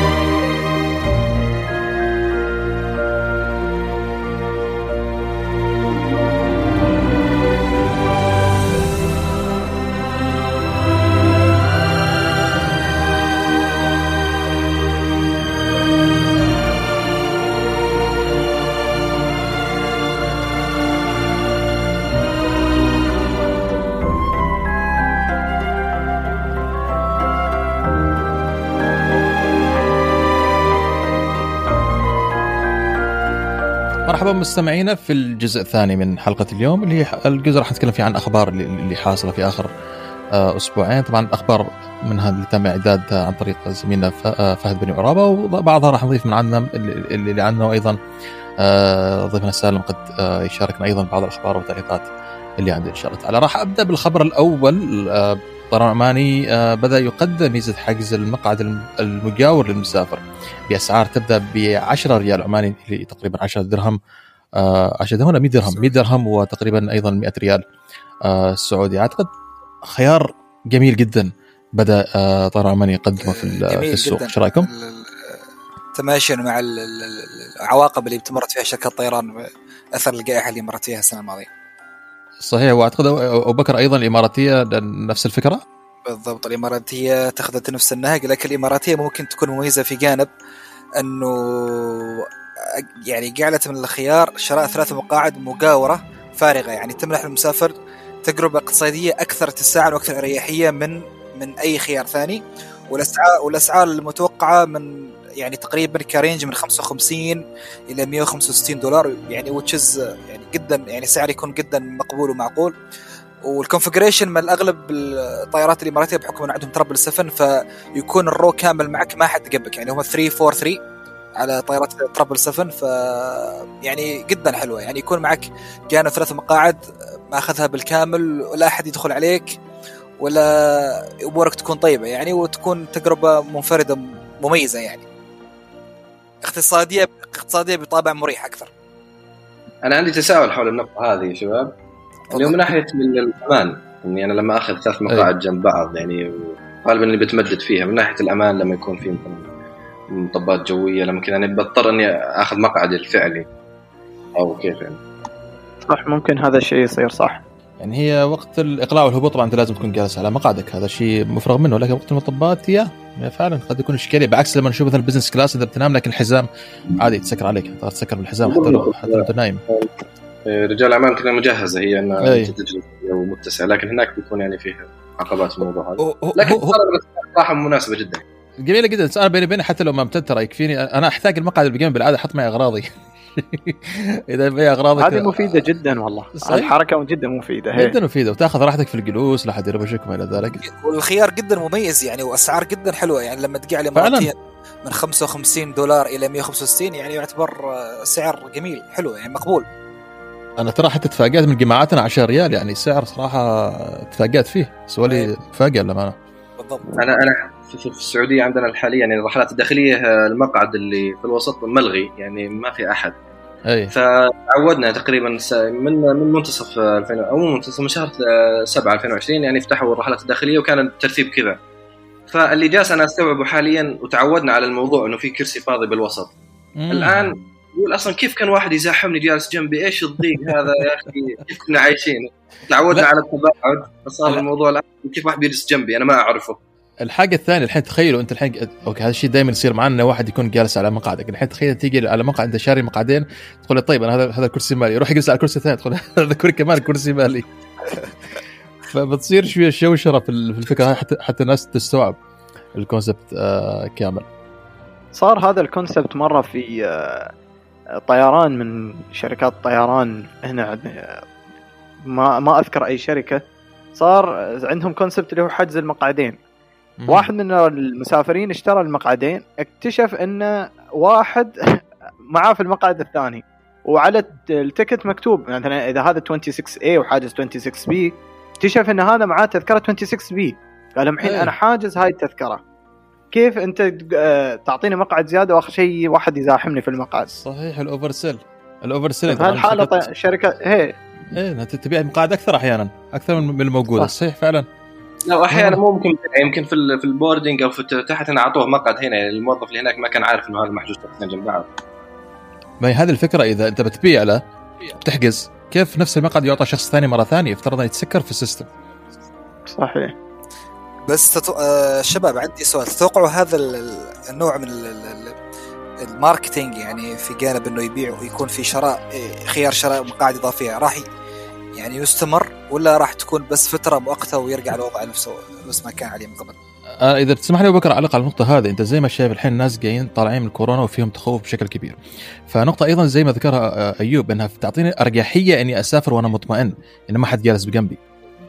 مرحبا مستمعينا في الجزء الثاني من حلقة اليوم، اللي هي الجزء راح نتكلم فيه عن أخبار اللي حاصلة في آخر أسبوعين. طبعا الأخبار منها اللي تم إعدادها عن طريق زميلنا فهد بن عرابة، وبعضها راح نضيف من عندنا اللي عندنا، وأيضا ضيفنا سالم قد يشاركنا أيضا بعض الأخبار والتعليقات اللي عندنا إن شاء الله تعالى. راح أبدأ بالخبر الأول. طيران عماني بدأ يقدم ميزة حجز المقعد المجاور للمسافر بأسعار تبدأ بعشرة ريال عماني، اللي تقريبا عشرة درهم عشرة درهم ولا مئة درهم مئة درهم وتقريبا أيضا مئة ريال سعودي. أعتقد خيار جميل جدا بدأ طيران عماني يقدمه في السوق. ايش رايكم؟ تماشيا مع العواقب اللي بتمرت فيها شركات الطيران أثر الجائحة اللي مرت فيها السنة الماضية. صحيح. واعتقد أبو بكر ايضا الاماراتيه نفس الفكره. بالضبط، الاماراتيه اتخذت نفس النهج، لكن الاماراتيه ممكن تكون مميزه في جانب انه يعني جعلت من الخيار شراء ثلاث مقاعد مجاوره فارغه، يعني تمنح المسافر تجربه اقتصاديه اكثر اتساعا واكثر اريحيه من من اي خيار ثاني. والاسعار والاسعار المتوقعه من يعني تقريبا كارينج من خمسة وخمسين الى مئة وخمسة وستين دولار، يعني وتشز يعني جدا يعني سعر يكون جدا مقبول ومعقول. والكونفيجريشن من الاغلب الطائرات الاماراتيه بحكم ان عندهم ترابل سفن، فيكون الرو كامل معك ما حد جنبك، يعني هم ثلاثة أربعة ثلاثة على طائرات ترابل سفن، ف يعني جدا حلوه. يعني يكون معك جانب ثلاث مقاعد ماخذها بالكامل ولا احد يدخل عليك ولا امورك تكون طيبه يعني، وتكون تجربه منفرده مميزه يعني اقتصاديه اقتصاديه بطابع مريح اكثر. انا عندي تساؤل حول النقطه هذه يا شباب، اللي من ناحيه من الامان، اني انا لما اخذ ثلاث مقاعد جنب بعض يعني غالبا اللي بتمدد فيها من ناحيه الامان لما يكون في مطبات جويه، لما يعني بضطر اني اخذ مقعدي الفعلي او كيف يعني. صح، ممكن هذا الشيء يصير صح. يعني هي وقت الاقلاع والهبوط طبعا انت لازم تكون جالس على مقعدك، هذا شيء مفرغ منه، لكن وقت المطبات يا فعلا قد يكون اشكاليه. بعكس لما نشوف مثلا البزنس كلاس اذا بتنام لكن الحزام عادي يتسكر عليك، تقدر تسكر بالحزام حتى لو حتى لو نايم. رجال الاعمال كلها مجهزه هي انها تجلس ومتسع، لكن هناك بيكون يعني فيها عقبات في الموضوع هذا، لكن صراحه مناسبه جدا جميله جدا. انا بيني وبيني حتى لو ما امتدت ترى يكفيني، انا احتاج المقعد اللي بجنب بالعاده احط معي اغراضي. اذا في اغراضك هذه مفيده جدا والله، الحركه جدا مفيده هي. جدا مفيده، وتاخذ راحتك في الجلوس لحد يربشكم الى ذلك. والخيار جدا مميز يعني، واسعار جدا حلوه يعني، لما تجي على مرتين من خمسة وخمسين دولار الى مية وخمسة وستين يعني يعتبر سعر جميل حلو يعني مقبول. انا ترى حتى اتفاقات من جماعاتنا عشرة ريال يعني سعر صراحه اتفاقات فيه سوالي فاقع لما بالضبط. انا انا في السعوديه عندنا حاليا يعني الرحلات الداخليه المقعد اللي في الوسط ملغي يعني ما في احد. اي فتعودنا تقريبا من من منتصف ألفين او منتصف من شهر سبعة ألفين وعشرين يعني فتحوا الرحلات الداخليه وكان الترتيب كذا. فاللي جالس انا استوعبه حاليا وتعودنا على الموضوع انه في كرسي فاضي بالوسط. مم. الان يقول اصلا كيف كان واحد يزاحمني جالس جنبي، ايش الضيق هذا يا اخي، كيف كنا عايشين تعودنا على التباعد، فصار الموضوع الان كيف واحد بيجلس جنبي انا ما اعرفه. الحاجه الثانيه الحين تخيلوا انت الحين اوكي هذا الشيء دائما يصير معنا، واحد يكون جالس على مقعدك، الحين تخيل تيجي على مقعد انت شاري مقعدين تقول طيب انا هذا هذا الكرسي مالي، يروح يجلس على الكرسي الثاني تقول هذا كرسي كمان كرسي مالي. فبتصير شويه شوشره في الفكره حتى حتى الناس تستوعب الكونسبت آه كامل. صار هذا الكونسبت مره في آه طيران من شركات طيران هنا ما ما اذكر اي شركه، صار عندهم كونسبت اللي هو حجز المقعدين. مم. واحد من المسافرين اشترى المقعدين، اكتشف ان واحد معاه في المقعد الثاني وعلى التيكت مكتوب مثلا اذا هذا ستة وعشرين إيه وحاجز ستة وعشرين بي، اكتشف ان هذا معاه تذكره ستة وعشرين بي، قال الحين انا حاجز هاي التذكره، كيف انت تعطيني مقعد زياده واخر شيء واحد يزاحمني في المقعد؟ صحيح الاوفر سيل الاوفر سيل هالحاله طي... شركه هي ايه تبيع مقاعد اكثر احيانا اكثر من الموجوده. صحيح فعلا. لا احيانا ممكن يمكن في في البوردنج او في تحت هنا اعطوه مقعد هنا، الموظف اللي هناك ما كان عارف انه هذا محجوز تحت جنب بعض. ما هي هذه الفكره، اذا انت بتبيع له بتحجز كيف نفس المقعد يعطى شخص ثاني مره ثانيه، افترض يتسكر في السيستم. صحيح. بس تتو... آه شباب عندي سؤال، تتوقعوا هذا النوع من الماركتينج يعني في جانب انه يبيع ويكون في شراء خيار شراء مقاعد اضافيه راح يعني يستمر ولا راح تكون بس فتره مؤقته ويرجع الوضع نفسه نفس ما كان عليه من قبل؟ آه اذا تسمح لي بكره اعلق على النقطه هذه. انت زي ما شايف الحين الناس جايين طالعين من الكورونا وفيهم تخوف بشكل كبير، فنقطه ايضا زي ما ذكرها ايوب انها تعطيني اريحيه اني اسافر وانا مطمئن ان ما حد جالس بجنبي.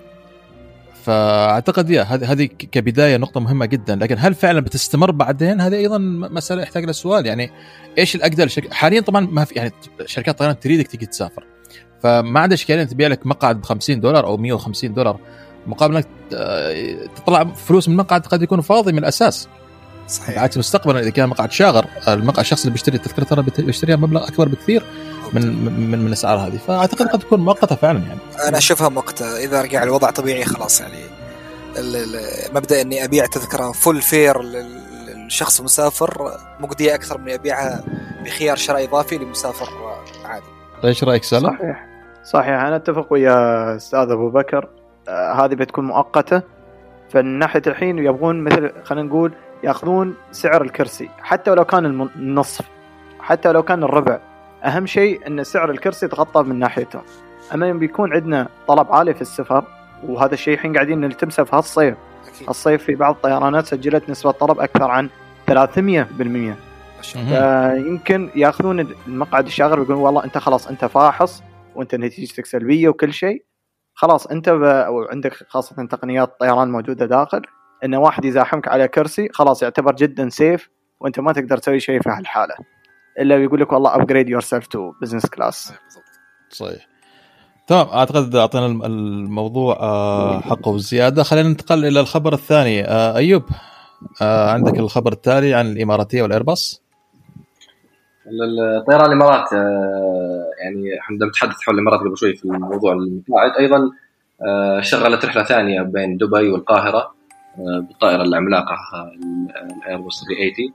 فاعتقد يا هذه هذه كبدايه نقطه مهمه جدا، لكن هل فعلا بتستمر بعدين؟ هذه ايضا مساله يحتاج لها سؤال. يعني ايش الاقدر لشركة حاليا؟ طبعا ما في يعني شركات طيران تريدك تيجي تسافر، فما عندها اشكاليه تبيع لك مقعد ب خمسين دولار او مية وخمسين دولار مقابل انك تطلع فلوس من مقعد قد يكون فاضي من الاساس. صحيح. بعكس مستقبلا اذا كان مقعد شاغر، المقعد الشخص اللي بيشتري التذكره ترى بيشتريها مبلغ اكبر بكثير من من من الاسعار هذه، فاعتقد قد تكون مؤقته فعلا. يعني انا اشوفها مؤقته، اذا رجع الوضع طبيعي خلاص يعني مبدا اني ابيع تذكره فول فير للشخص المسافر مجديه اكثر من ابيعها بخيار شراء اضافي لمسافر عادي. ايش رايك سلام؟ صحيح صحيح، انا اتفق ويا استاذ ابو بكر. آه هذه بتكون مؤقته، فمن ناحيه الحين يبغون مثل خلينا نقول ياخذون سعر الكرسي حتى لو كان النصف حتى لو كان الربع، اهم شيء ان سعر الكرسي يتغطى من ناحيته. اما يوم بيكون عندنا طلب عالي في السفر، وهذا الشيء الحين قاعدين نلتمسه في هالصيف. الصيف في بعض الطيرانات سجلت نسبة طلب أكثر عن ثلاثمية بالمية، يمكن يأخذون المقعد الشاغر ويقولون والله أنت خلاص أنت فاحص وأنت نتيجتك سلبية وكل شيء خلاص أنت ب... وعندك خاصة تقنيات الطيران موجودة داخل، إن واحد يزاحمك على كرسي خلاص يعتبر جدا سيف وأنت ما تقدر تسوي شيء في هالحالة إلا يقول لك والله upgrade yourself to business class. صحيح. تمام، أعتقد أعطينا الموضوع حقه بالزيادة. خلينا ننتقل إلى الخبر الثاني. أيوب، عندك الخبر التالي عن الإماراتية والإيرباص. الطيران الإمارات يعني احنا نتحدث حول الإمارات قبل شوي في الموضوع المقاعد، أيضا شغلت رحلة ثانية بين دبي والقاهرة بالطائرة العملاقة الإيرباص ثلاثمية وثمانين.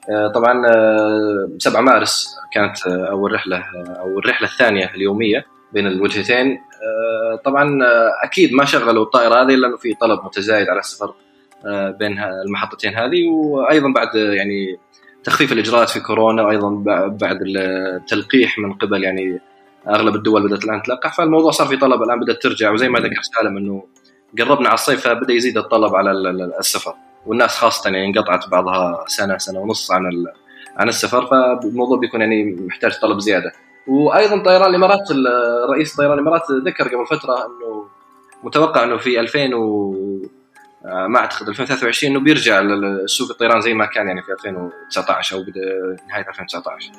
طبعا سبعة مارس كانت أول رحلة أو الرحلة الثانية اليومية بين الوجهتين. طبعا أكيد ما شغلوا الطائرة هذه إلا أنه في طلب متزايد على السفر بين المحطتين هذه، وأيضا بعد يعني تخفيف الإجراءات في كورونا، وأيضا بعد التلقيح من قبل يعني أغلب الدول بدأت الآن تلقح، فالموضوع صار في طلب الآن بدأت ترجع. وزي ما ذكر سالم أنه قربنا على الصيف فبدأ يزيد الطلب على السفر، والناس خاصة يعني انقطعت بعضها سنة سنة ونص عن عن السفر، فالموضوع بيكون يعني محتاج طلب زيادة. وأيضا طيران الإمارات، رئيس طيران الإمارات ذكر قبل فترة أنه متوقع أنه في ألفين و ما أعتقد ألفين وثلاثة وعشرين أنه بيرجع للسوق الطيران زي ما كان يعني في ألفين وتسعة عشر أو نهاية ألفين وتسعة عشر.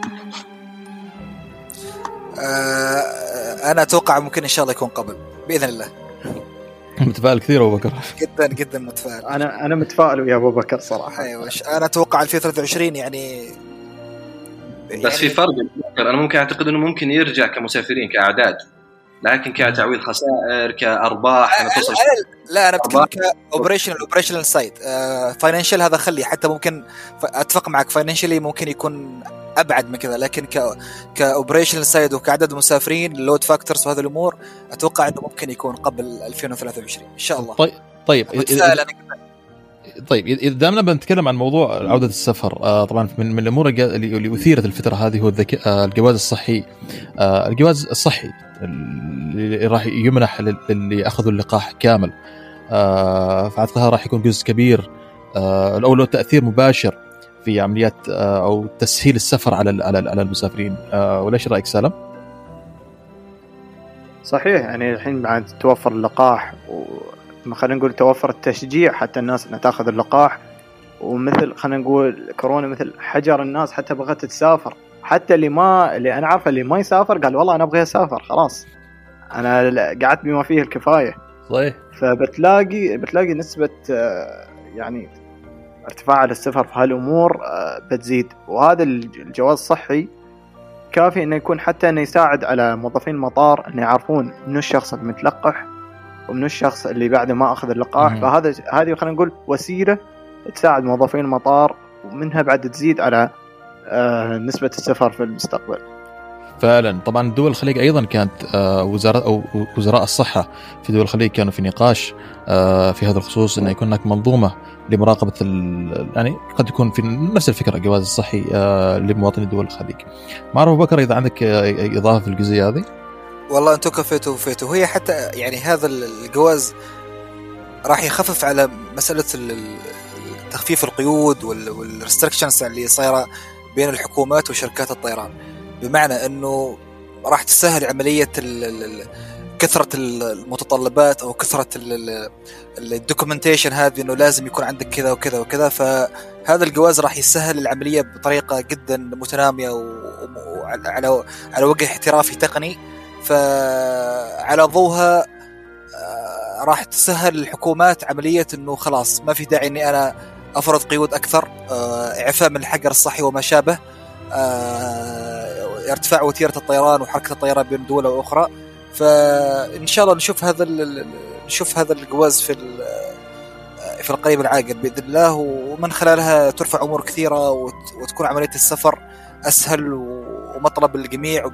أنا أتوقع ممكن إن شاء الله يكون قبل بإذن الله. متفائل كثير أبو بكر. جدا جدا متفائل. أنا أنا متفائل ويا أبو بكر صراحة. أيوة أنا أتوقع ألفين وثلاثة وعشرين يعني. بس يعني في فرق، أنا ممكن أعتقد إنه ممكن يرجع كمسافرين كأعداد، لكن كتعويض خسائر كأرباح أنا توصل. لا أنا بتكلم كأوبريشنال أوبريشنال سايد فاينانشال، هذا خلي حتى ممكن أتفق معك فاينانشالي ممكن يكون أبعد من كذا، لكن ك كأوبريشنال سايد وكعدد مسافرين لود فاكتورز وهذه الأمور أتوقع إنه ممكن يكون قبل ألفين وثلاثة وعشرين إن شاء الله. طيب طيب إذا طيب إذا دامنا بنتكلم عن موضوع عودة السفر، آه طبعا من من الأمور اللي أثيرت الفترة هذه هو آه الجواز الصحي. آه الجواز الصحي اللي راح يمنح للي أخذوا اللقاح كامل، آه فأعتقدها راح يكون جزء كبير آه أو له تأثير مباشر في عمليات آه أو تسهيل السفر على على على المسافرين. آه ولا شيء رأيك سالم؟ صحيح، يعني الحين بعد توفر اللقاح و خلينا نقول توفر التشجيع حتى الناس انها تاخذ اللقاح، ومثل خلينا نقول كورونا مثل حجر الناس حتى بغت تسافر، حتى اللي ما اللي انا عارفه اللي ما يسافر قال والله انا ابغى اسافر خلاص انا قعدت بما فيه الكفايه. صحيح. فبتلاقي بتلاقي نسبه يعني ارتفاع على السفر في هالامور بتزيد، وهذا الجواز الصحي كافي انه يكون حتى انه يساعد على موظفين المطار انه يعرفون منو الشخص المتلقح ومن الشخص اللي بعده ما أخذ اللقاح. فهذا هذه خلينا نقول وسيلة تساعد موظفين المطار، ومنها بعد تزيد على آه نسبة السفر في المستقبل. فعلا. طبعا دول الخليج أيضا كانت آه وزارة أو وزراء الصحة في دول الخليج كانوا في نقاش آه في هذا الخصوص إنه يكون هناك منظومة لمراقبة يعني قد يكون في نفس الفكرة الجواز الصحي آه لمواطني دول الخليج. ما أعرف بكر إذا عندك آه إضافة في الجزئية هذه. والله أنتوا كفيتوا وفيتوا. هي حتى يعني هذا الجواز راح يخفف على مسألة تخفيف القيود والريستركشنز اللي صايرة بين الحكومات وشركات الطيران، بمعنى أنه راح تسهل عملية كثرة المتطلبات أو كثرة الدوكومنتيشن هذه، أنه لازم يكون عندك كذا وكذا وكذا. فهذا الجواز راح يسهل العملية بطريقة جدا متنامية وعلى على وجه احترافي تقني، فعلى ضوها راح تسهل الحكومات عملية أنه خلاص ما في داعي أني أنا أفرض قيود أكثر، إعفاء من الحجر الصحي وما شابه، ارتفاع وتيرة الطيران وحركة الطيران بين دولة وأخرى. فإن شاء الله نشوف هذا نشوف هذا الجواز في في القريب العاجل بإذن الله، ومن خلالها ترفع أمور كثيرة وتكون عملية السفر أسهل ومطلب الجميع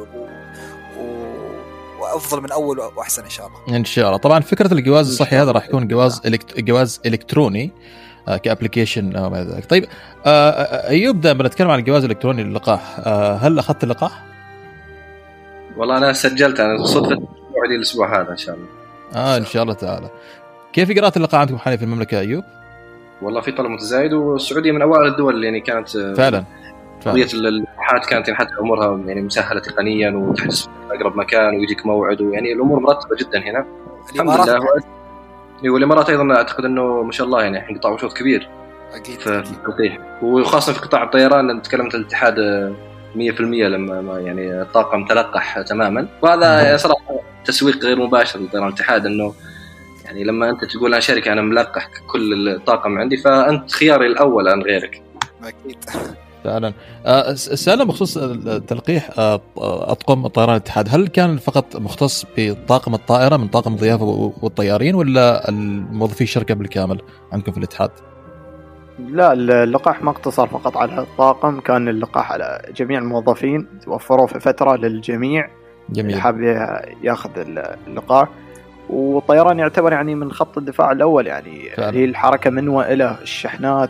وأفضل من أول وأحسن إن شاء الله. إن شاء الله. طبعا فكرة الجواز الصحي هذا راح يكون جواز إلكت... جواز إلكتروني آه كأبليكيشن أو ما ذلك. طيب آه أيوب، ده بنتكلم عن الجواز الإلكتروني للقاح، آه هل أخذت اللقاح؟ والله أنا سجلت، أنا صدفة موعدي الأسبوع هذا إن شاء الله. آه إن شاء الله تعالى. كيف إجراءات اللقاح عندكم حاليا في المملكة أيوب؟ والله في طلب متزايد، والسعودية من أوائل الدول اللي يعني كانت فعلا قضية اللقاحات كانت يعني حتى أمورها يعني مسهلة تقنيا، وتحجز في أقرب مكان ويجيك موعد، ويعني الأمور مرتبة جدا هنا الحمد لله. والإمارات أيضا أعتقد أنه ما شاء الله يعني الحين قطاع وشوط كبير أكيد في التلقيح، وخاصة في قطاع الطيران لما تكلمت الاتحاد مية في المية لما يعني الطاقم تلقح تماما، وهذا صراحة تسويق غير مباشر لطيران الاتحاد، أنه يعني لما أنت تقول أنا شركة أنا ملقح كل الطاقم عندي، فأنت خياري الأول عن غيرك. أكيد فعلا. أه سألنا بخصوص التلقيح أه أطقم طيران الاتحاد، هل كان فقط مختص بطاقم الطائرة من طاقم الضيافة والطيارين، ولا الموظفي الشركة بالكامل عندكم في الاتحاد؟ لا اللقاح ما اقتصر فقط على الطاقم، كان اللقاح على جميع الموظفين، توفروا في فترة للجميع جميل. اللي حاب ياخذ اللقاح. والطيران يعتبر يعني من خط الدفاع الأول، يعني هي الحركة من وإلى الشحنات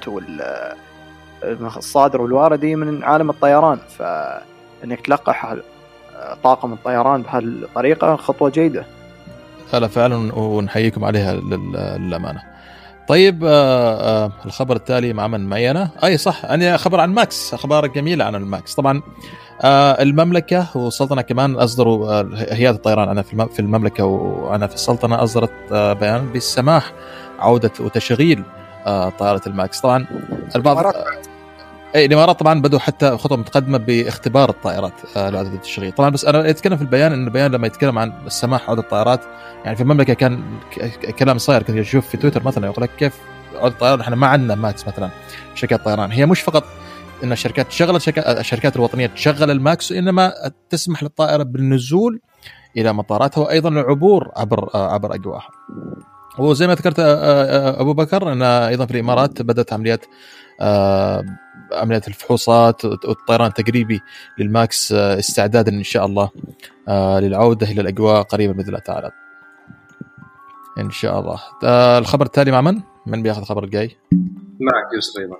والصادر والواردي من عالم الطيران، فإنك تلقح طاقم الطيران بهالطريقة خطوة جيدة. هلا فعلا ونحييكم عليها للأمانة. طيب آه آه الخبر التالي مع من معي أنا؟ أي صح، أنا خبر عن ماكس، أخبار جميلة عن الماكس. طبعا آه المملكة والسلطنة كمان أصدروا آه هيئة الطيران أنا في المملكة وأنا في السلطنة أصدرت آه بيان بالسماح عودة وتشغيل آه طائرة الماكس. طبعا البعض اي الامارات طبعا بدوا حتى خطوه متقدمه باختبار الطائرات آه لعدد التشغيل. طبعا بس انا اتكلم في البيان ان البيان لما يتكلم عن السماح عوده الطائرات، يعني في المملكه كان كلام صاير، كنت اشوف في تويتر مثلا يقول لك كيف عوده الطائرات، احنا ما عندنا ماكس مثلا شركات طيران. هي مش فقط ان الشركات تشغل الشركات الوطنيه تشغل الماكس، انما تسمح للطائره بالنزول الى مطاراتها وايضا العبور عبر عبر اجواءها. وزي ما ذكرت ابو بكر ان ايضا في الامارات بدات عمليات عمليات الفحوصات والطيران التجريبي للماكس استعدادا ان شاء الله للعوده الى الاجواء قريبا باذن الله تعالى ان شاء الله. الخبر التالي مع من؟ من بياخذ الخبر الجاي؟ معك يوسف ايضا.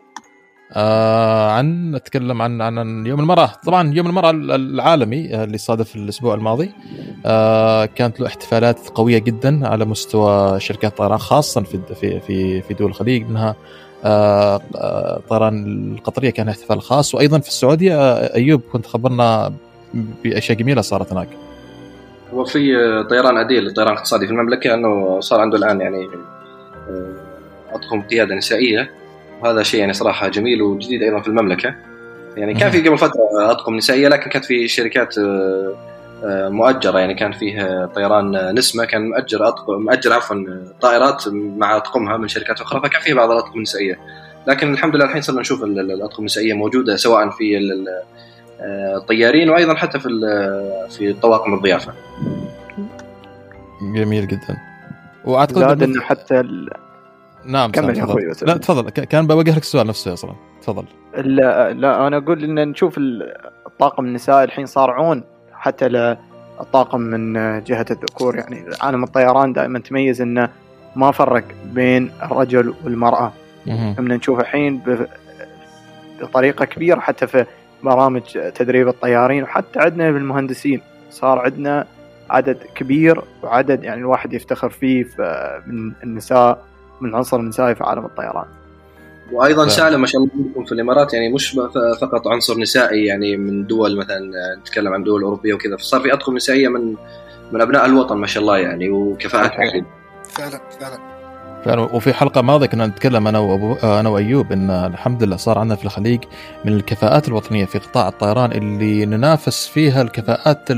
آه عن نتكلم عن عن يوم المرأة. طبعا يوم المرأة العالمي اللي صادف الأسبوع الماضي آه كانت له احتفالات قوية جدا على مستوى شركات طيران، خاصة في في في في دول الخليج، منها آه آه طيران القطرية كان احتفال خاص، وأيضا في السعودية آه أيوب كنت خبرنا بأشياء جميلة صارت هناك. وفي طيران عديل الطيران الاقتصادي في المملكة أنه صار عنده الآن يعني أطقم قيادة نسائية، وهذا شيء يعني صراحة جميل وجديد أيضا في المملكة. يعني كان في قبل فترة أطقم نسائية لكن كانت في شركات مؤجرة، يعني كان فيه طيران نسمة كان مؤجر أطقم مؤجر عفوا طائرات مع أطقمها من شركات أخرى، فكان فيه بعض الأطقم النسائية. لكن الحمد لله الحين صرنا نشوف الأطقم النسائية موجودة سواء في الطيارين وأيضا حتى في في طواقم الضيافة. جميل جدا. وأعتقد إنه حتى ال... نعم كمل يا اخوي. لا تفضل، كان بوجه لك السؤال نفسه اصلا، تفضل. لا لا انا اقول ان نشوف الطاقم النسائي الحين صار عون حتى للطاقم من جهه الذكور. يعني عالم الطيران دائما تميز انه ما فرق بين الرجل والمراه. احنا نشوف الحين بطريقه كبيره حتى في برامج تدريب الطيارين، وحتى عندنا بالمهندسين صار عندنا عدد كبير وعدد يعني الواحد يفتخر فيه من النساء، من عنصر النسائي في عالم الطيران. وايضا ف... سالم ما شاء الله عندكم في الامارات يعني مش فقط عنصر نسائي يعني من دول مثلا نتكلم عن دول اوروبيه وكذا، فصار في اطقم نسائيه من من ابناء الوطن ما شاء الله يعني، وكفاءات عاليه فعلا فعلا فعلا. وفي حلقه ماضيه كنا نتكلم انا وابو انا وايوب ان الحمد لله صار عندنا في الخليج من الكفاءات الوطنيه في قطاع الطيران اللي ننافس فيها الكفاءات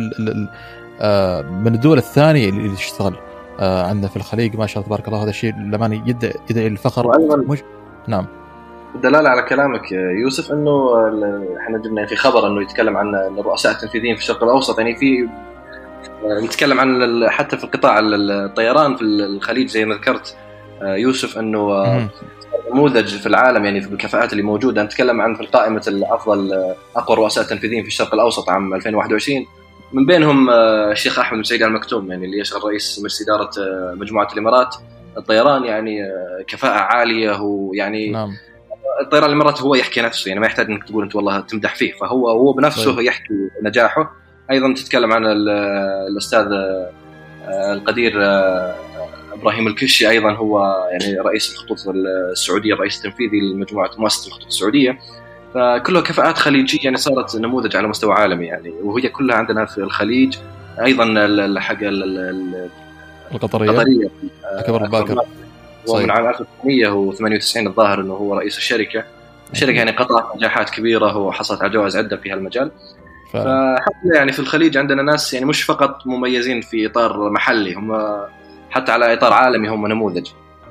من الدول الثانيه اللي تشتغل عندنا في الخليج ما شاء الله تبارك الله. هذا الشيء لما يدعي يدعي الفخر. مش... نعم. الدلالة على كلامك يوسف انه احنا جبنا في خبر انه يتكلم عن الرؤساء التنفيذيين في الشرق الاوسط، يعني في نتكلم عن حتى في قطاع الطيران في الخليج زي ما ذكرت يوسف انه نموذج في العالم يعني في الكفاءات اللي موجوده. نتكلم عن في قائمه الافضل اقوى الرؤساء التنفيذيين في الشرق الاوسط عام ألفين وواحد وعشرين، من بينهم الشيخ احمد بن سعيد آل مكتوم يعني اللي يشغل رئيس مجلس اداره مجموعه الامارات الطيران، يعني كفاءه عاليه. ويعني نعم. الطيران الاماراتي هو يحكي نفسه، يعني ما يحتاج انك تقول انت والله تمدح فيه، فهو هو بنفسه طيب. يحكي نجاحه. ايضا تتكلم عن الاستاذ القدير ابراهيم الكشي، ايضا هو يعني رئيس الخطوط السعوديه، الرئيس التنفيذي لمجموعه مؤسسه الخطوط السعوديه. فكلها كفاءات خليجيه يعني صارت نموذج على مستوى عالمي يعني، وهي كلها عندنا في الخليج. ايضا الحق القطريه القطريه اكبر الباكر ومن عام ألف وتسعمية وثمانية وتسعين الظاهر انه هو رئيس الشركه. الشركه يعني قطعت نجاحات كبيره وحصلت على جوائز عده في هالمجال. فحتى يعني في الخليج عندنا ناس يعني مش فقط مميزين في اطار محلي، هم حتى على اطار عالمي هم نموذج.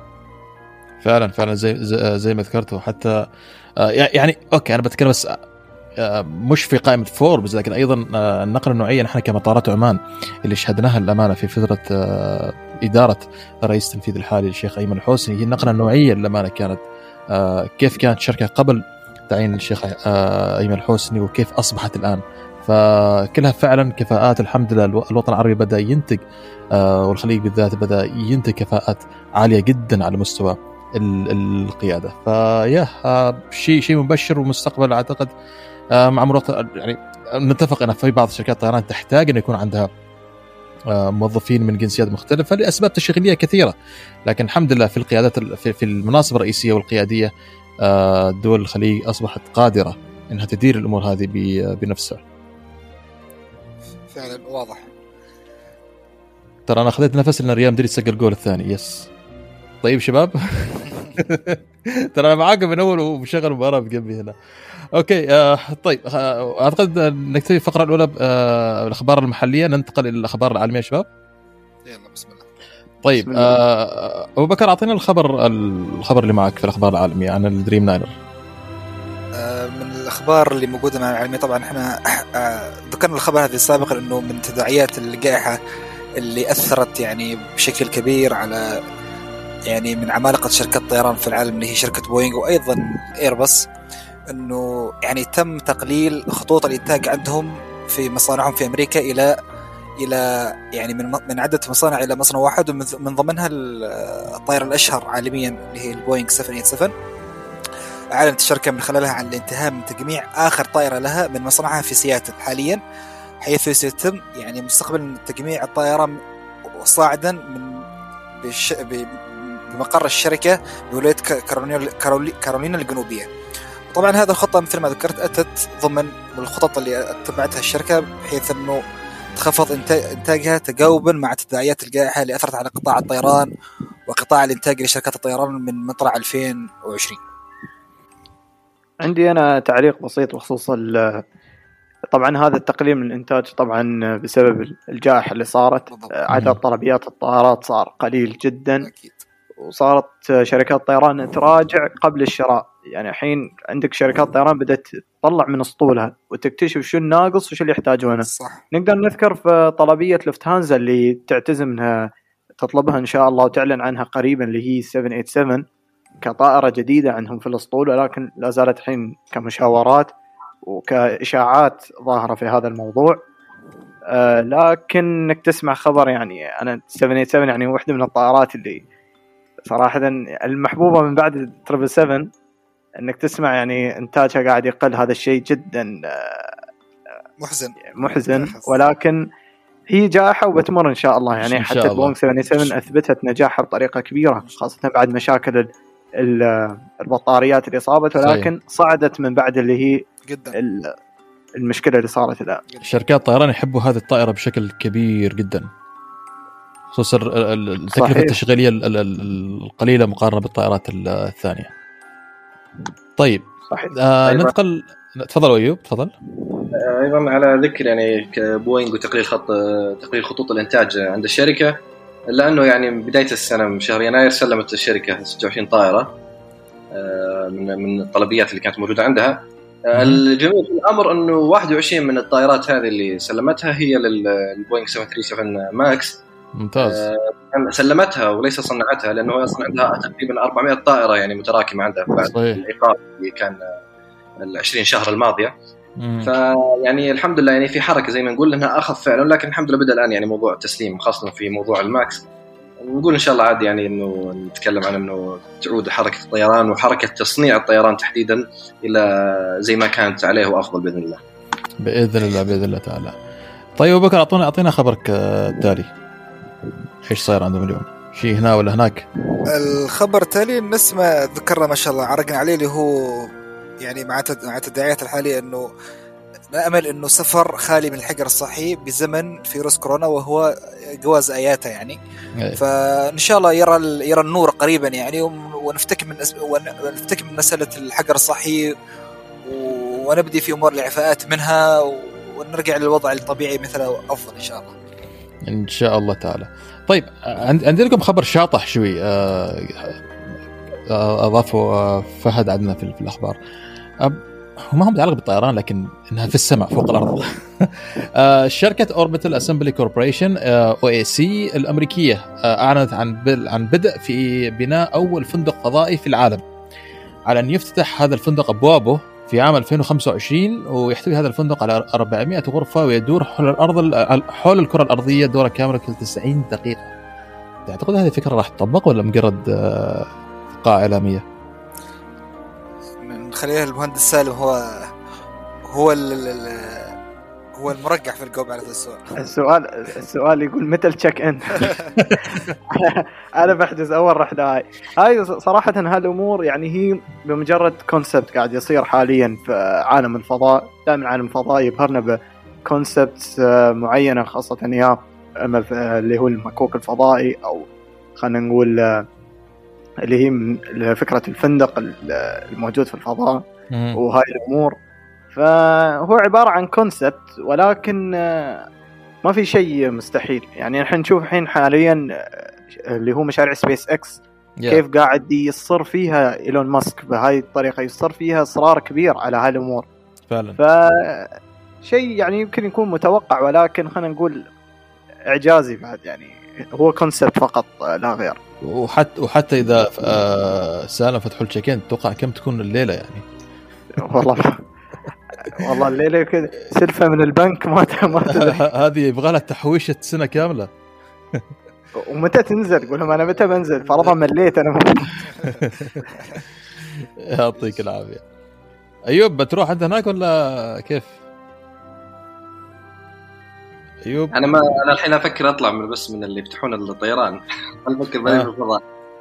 فعلا فعلا زي زي ما ذكرته. حتى يعني اوكي انا بتكلم بس مش في قائمه فوربس، لكن ايضا النقله النوعيه نحن كمطارات عمان اللي شهدناها للامانه في فتره اداره الرئيس التنفيذي الحالي الشيخ ايمن الحوسني، هي النقله النوعيه للامانه كانت آه كيف كانت الشركة قبل تعيين الشيخ آه أيمن الحوسني وكيف أصبحت الآن. فكلها فعلا كفاءات الحمد لله. الوطن العربي بدأ ينتج آه والخليج بالذات بدأ ينتج كفاءات عالية جدا على مستوى القيادة. فيا آه شيء شيء مبشر ومستقبل أعتقد آه مع مرور يعني نتفق أن في بعض شركات الطيران تحتاج أن يكون عندها آه موظفين من جنسيات مختلفة لأسباب تشغيلية كثيرة، لكن الحمد لله في القيادات في المناصب الرئيسية والقيادية آه دول الخليج أصبحت قادرة أنها تدير الأمور هذه بنفسها. فعلا واضح. ترى أنا أخذت نفس إن ريال مدريد سجل الجول الثاني. يس طيب شباب ترى أنا معاكم من أول ومشغل مباراة بجنبي هنا. أوكي آه طيب آه أعتقد نكتفي الفقرة الأولى بالأخبار المحلية، ننتقل إلى الأخبار العالمية شباب. يلا بسم الله. طيب آه أبو بكر أعطينا الخبر الخبر اللي معك في الأخبار العالمية عن الدريم ناينر. من الأخبار اللي موجودة مع العالمية طبعا احنا ذكرنا الخبر هذا سابقا انه من تداعيات الجائحة اللي أثرت يعني بشكل كبير على يعني من عمالقة شركات طيران في العالم اللي هي شركة بوينغ وأيضا إيرباص، انه يعني تم تقليل خطوط الإنتاج عندهم في مصانعهم في أمريكا إلى إلى يعني من من عدة مصانع إلى مصنع واحد، ومن ضمنها الطائرة الأشهر عالميا اللي هي البوينغ سبعمية وسبعة وثمانين. أعلنت الشركة من خلالها عن الانتهاء من تجميع آخر طائرة لها من مصنعها في سياتل حاليا، حيث سيتم يعني مستقبل تجميع الطائرة صاعدا من بش... بمقر الشركة بولاية كارولينا كارولينا الجنوبية. طبعا هذا الخطة مثل ما ذكرت أتت ضمن الخطط اللي اتبعتها الشركة بحيث أنه تخفض إنتاجها تجاوبا مع تداعيات الجائحة اللي أثرت على قطاع الطيران وقطاع الإنتاج لشركات الطيران من مطلع ألفين وعشرين. عندي أنا تعليق بسيط بخصوص طبعا هذا التقليل من الإنتاج طبعا بسبب الجائحة اللي صارت. عدد طلبيات الطائرات صار قليل جدا أكيد. وصارت شركات الطيران تراجع قبل الشراء، يعني الحين عندك شركات طيران بدأت تطلع من أسطولها وتكتشف شو الناقص وشو اللي يحتاجونه. صح. نقدر نذكر في طلبية لفتهانزا اللي تعتزمها تطلبها إن شاء الله وتعلن عنها قريبا اللي هي سبعمية وسبعة وثمانين كطائرة جديدة عندهم في الأسطول، ولكن لا زالت الحين كمشاورات وكإشاعات ظاهرة في هذا الموضوع. آه لكن إنك تسمع خبر يعني أنا سبعمية وسبعة وثمانين يعني واحدة من الطائرات اللي صراحة المحبوبة من بعد تريبل سفن، إنك تسمع يعني إنتاجها قاعد يقل، هذا الشيء جدا آه محزن محزن. ولكن هي جائحة وبتمر إن شاء الله، يعني حتى بوينغ سبعمية وسبعة أثبتت نجاحها بطريقة كبيرة خاصة بعد مشاكل البطاريات اللي صابت، ولكن صعدت من بعد اللي هي جدا المشكلة اللي صارت الآن. شركات الطيران يحبوا هذه الطائرة بشكل كبير جدا، خصوصا التكلفة التشغيلية القليلة مقارنة بالطائرات الثانية. طيب آه ننتقل، تفضل أيوب تفضل. أيضا على ذكر يعني بوينغ وتقليل خط تقليل خطوط الإنتاج عند الشركة، لأنه يعني بداية السنة من شهر يناير سلمت الشركة ستة وعشرين طائرة من من الطلبيات اللي كانت موجودة عندها. الجميل في الأمر أنه واحد وعشرين من الطائرات هذه اللي سلمتها هي للبوينغ سبعمية وثلاثين وسبعين ماكس. ممتاز. سلمتها وليس صنعتها، لأنه أصلا عندها تقريبا أربعمائة طائرة يعني متراكمة عندها بعد الإيقاف اللي كان العشرين شهر الماضية. فيعني الحمد لله يعني في حركة زي ما نقول انها اخذ فعلا، لكن الحمد لله بدأ الان يعني موضوع التسليم خاصة في موضوع الماكس. نقول ان شاء الله عادي يعني انه نتكلم عن انه تعود حركة الطيران وحركة تصنيع الطيران تحديدا الى زي ما كانت عليه وافضل باذن الله. باذن الله باذن الله تعالى. طيب ابو بكر اعطينا اعطينا خبرك التالي، ايش صاير عندهم اليوم؟ شيء هنا ولا هناك؟ الخبر التالي نسمع ذكرنا ما شاء الله عرقنا عليه اللي هو يعني مع مع التداعيات الحالية انه نأمل انه سفر خالي من الحجر الصحي بزمن فيروس كورونا وهو جواز اياتا يعني. أي. فان شاء الله يرى يرى النور قريبا يعني، ونفتك من ونفتك من مسألة الحجر الصحي ونبدي في امور الاعفاءات منها ونرجع للوضع الطبيعي مثله افضل ان شاء الله. ان شاء الله تعالى. طيب عندي لكم خبر شاطح شوي اضافه فهد عندنا في الاخبار، وما هم متعلق بالطيران لكن انها في السماء فوق الارض. شركه اوربيتال اسمبلي كوربوريشن او اي سي الامريكيه اعلنت عن عن بدء في بناء اول فندق فضائي في العالم على أن يفتتح هذا الفندق أبوابه في عام ألفين وخمسة وعشرين، ويحتوي هذا الفندق على أربعمائة غرفة، ويدور حول الأرض حول الكرة الأرضية دورة كاملة كل تسعين دقيقة. تعتقد هذه الفكرة راح تطبق ولا مجرد قاعة إعلامية؟ نخليها المهندس سالم هو هو هو المرجح في الجواب على هذا السؤال. السؤال السؤال يقول متى التشيك ان؟ انا بحجز اول رحله. هاي هاي صراحه هالامور يعني هي بمجرد كونسبت قاعد يصير حاليا في عالم الفضاء. دائما عالم الفضاء يبهرنا بكونسبت معينه، خاصه يا اما اللي هو المكوك الفضائي، او خلينا نقول اللي هي فكره الفندق الموجود في الفضاء وهاي الامور. فهو عبارة عن كونسبت، ولكن ما في شيء مستحيل. يعني نحن نشوف الحين حاليا اللي هو مشاريع سبيس اكس yeah. كيف قاعد يصر فيها إيلون ماسك بهاي الطريقة، يصر فيها إصرار كبير على هاي الأمور فعلا. فشيء يعني يمكن يكون متوقع، ولكن خلينا نقول إعجازي بعد. يعني هو كونسبت فقط لا غير. وحتى وحتى إذا سالم فتحوا التشيكين توقع كم تكون الليلة يعني؟ والله والله الليلة كذا سلفة من البنك ما ما هذه يبغى لها تحويشة سنة كاملة. ومتى تنزل؟ قول لهم أنا متى بنزل؟ فرضا مليت أنا. يعطيك العافية. أيوب بتروح عند هناك ولا كيف؟ أيوب أنا ما أنا الحين أفكر أطلع من بس من اللي يفتحون الطيران. أنا أفكر بني في الفضاء.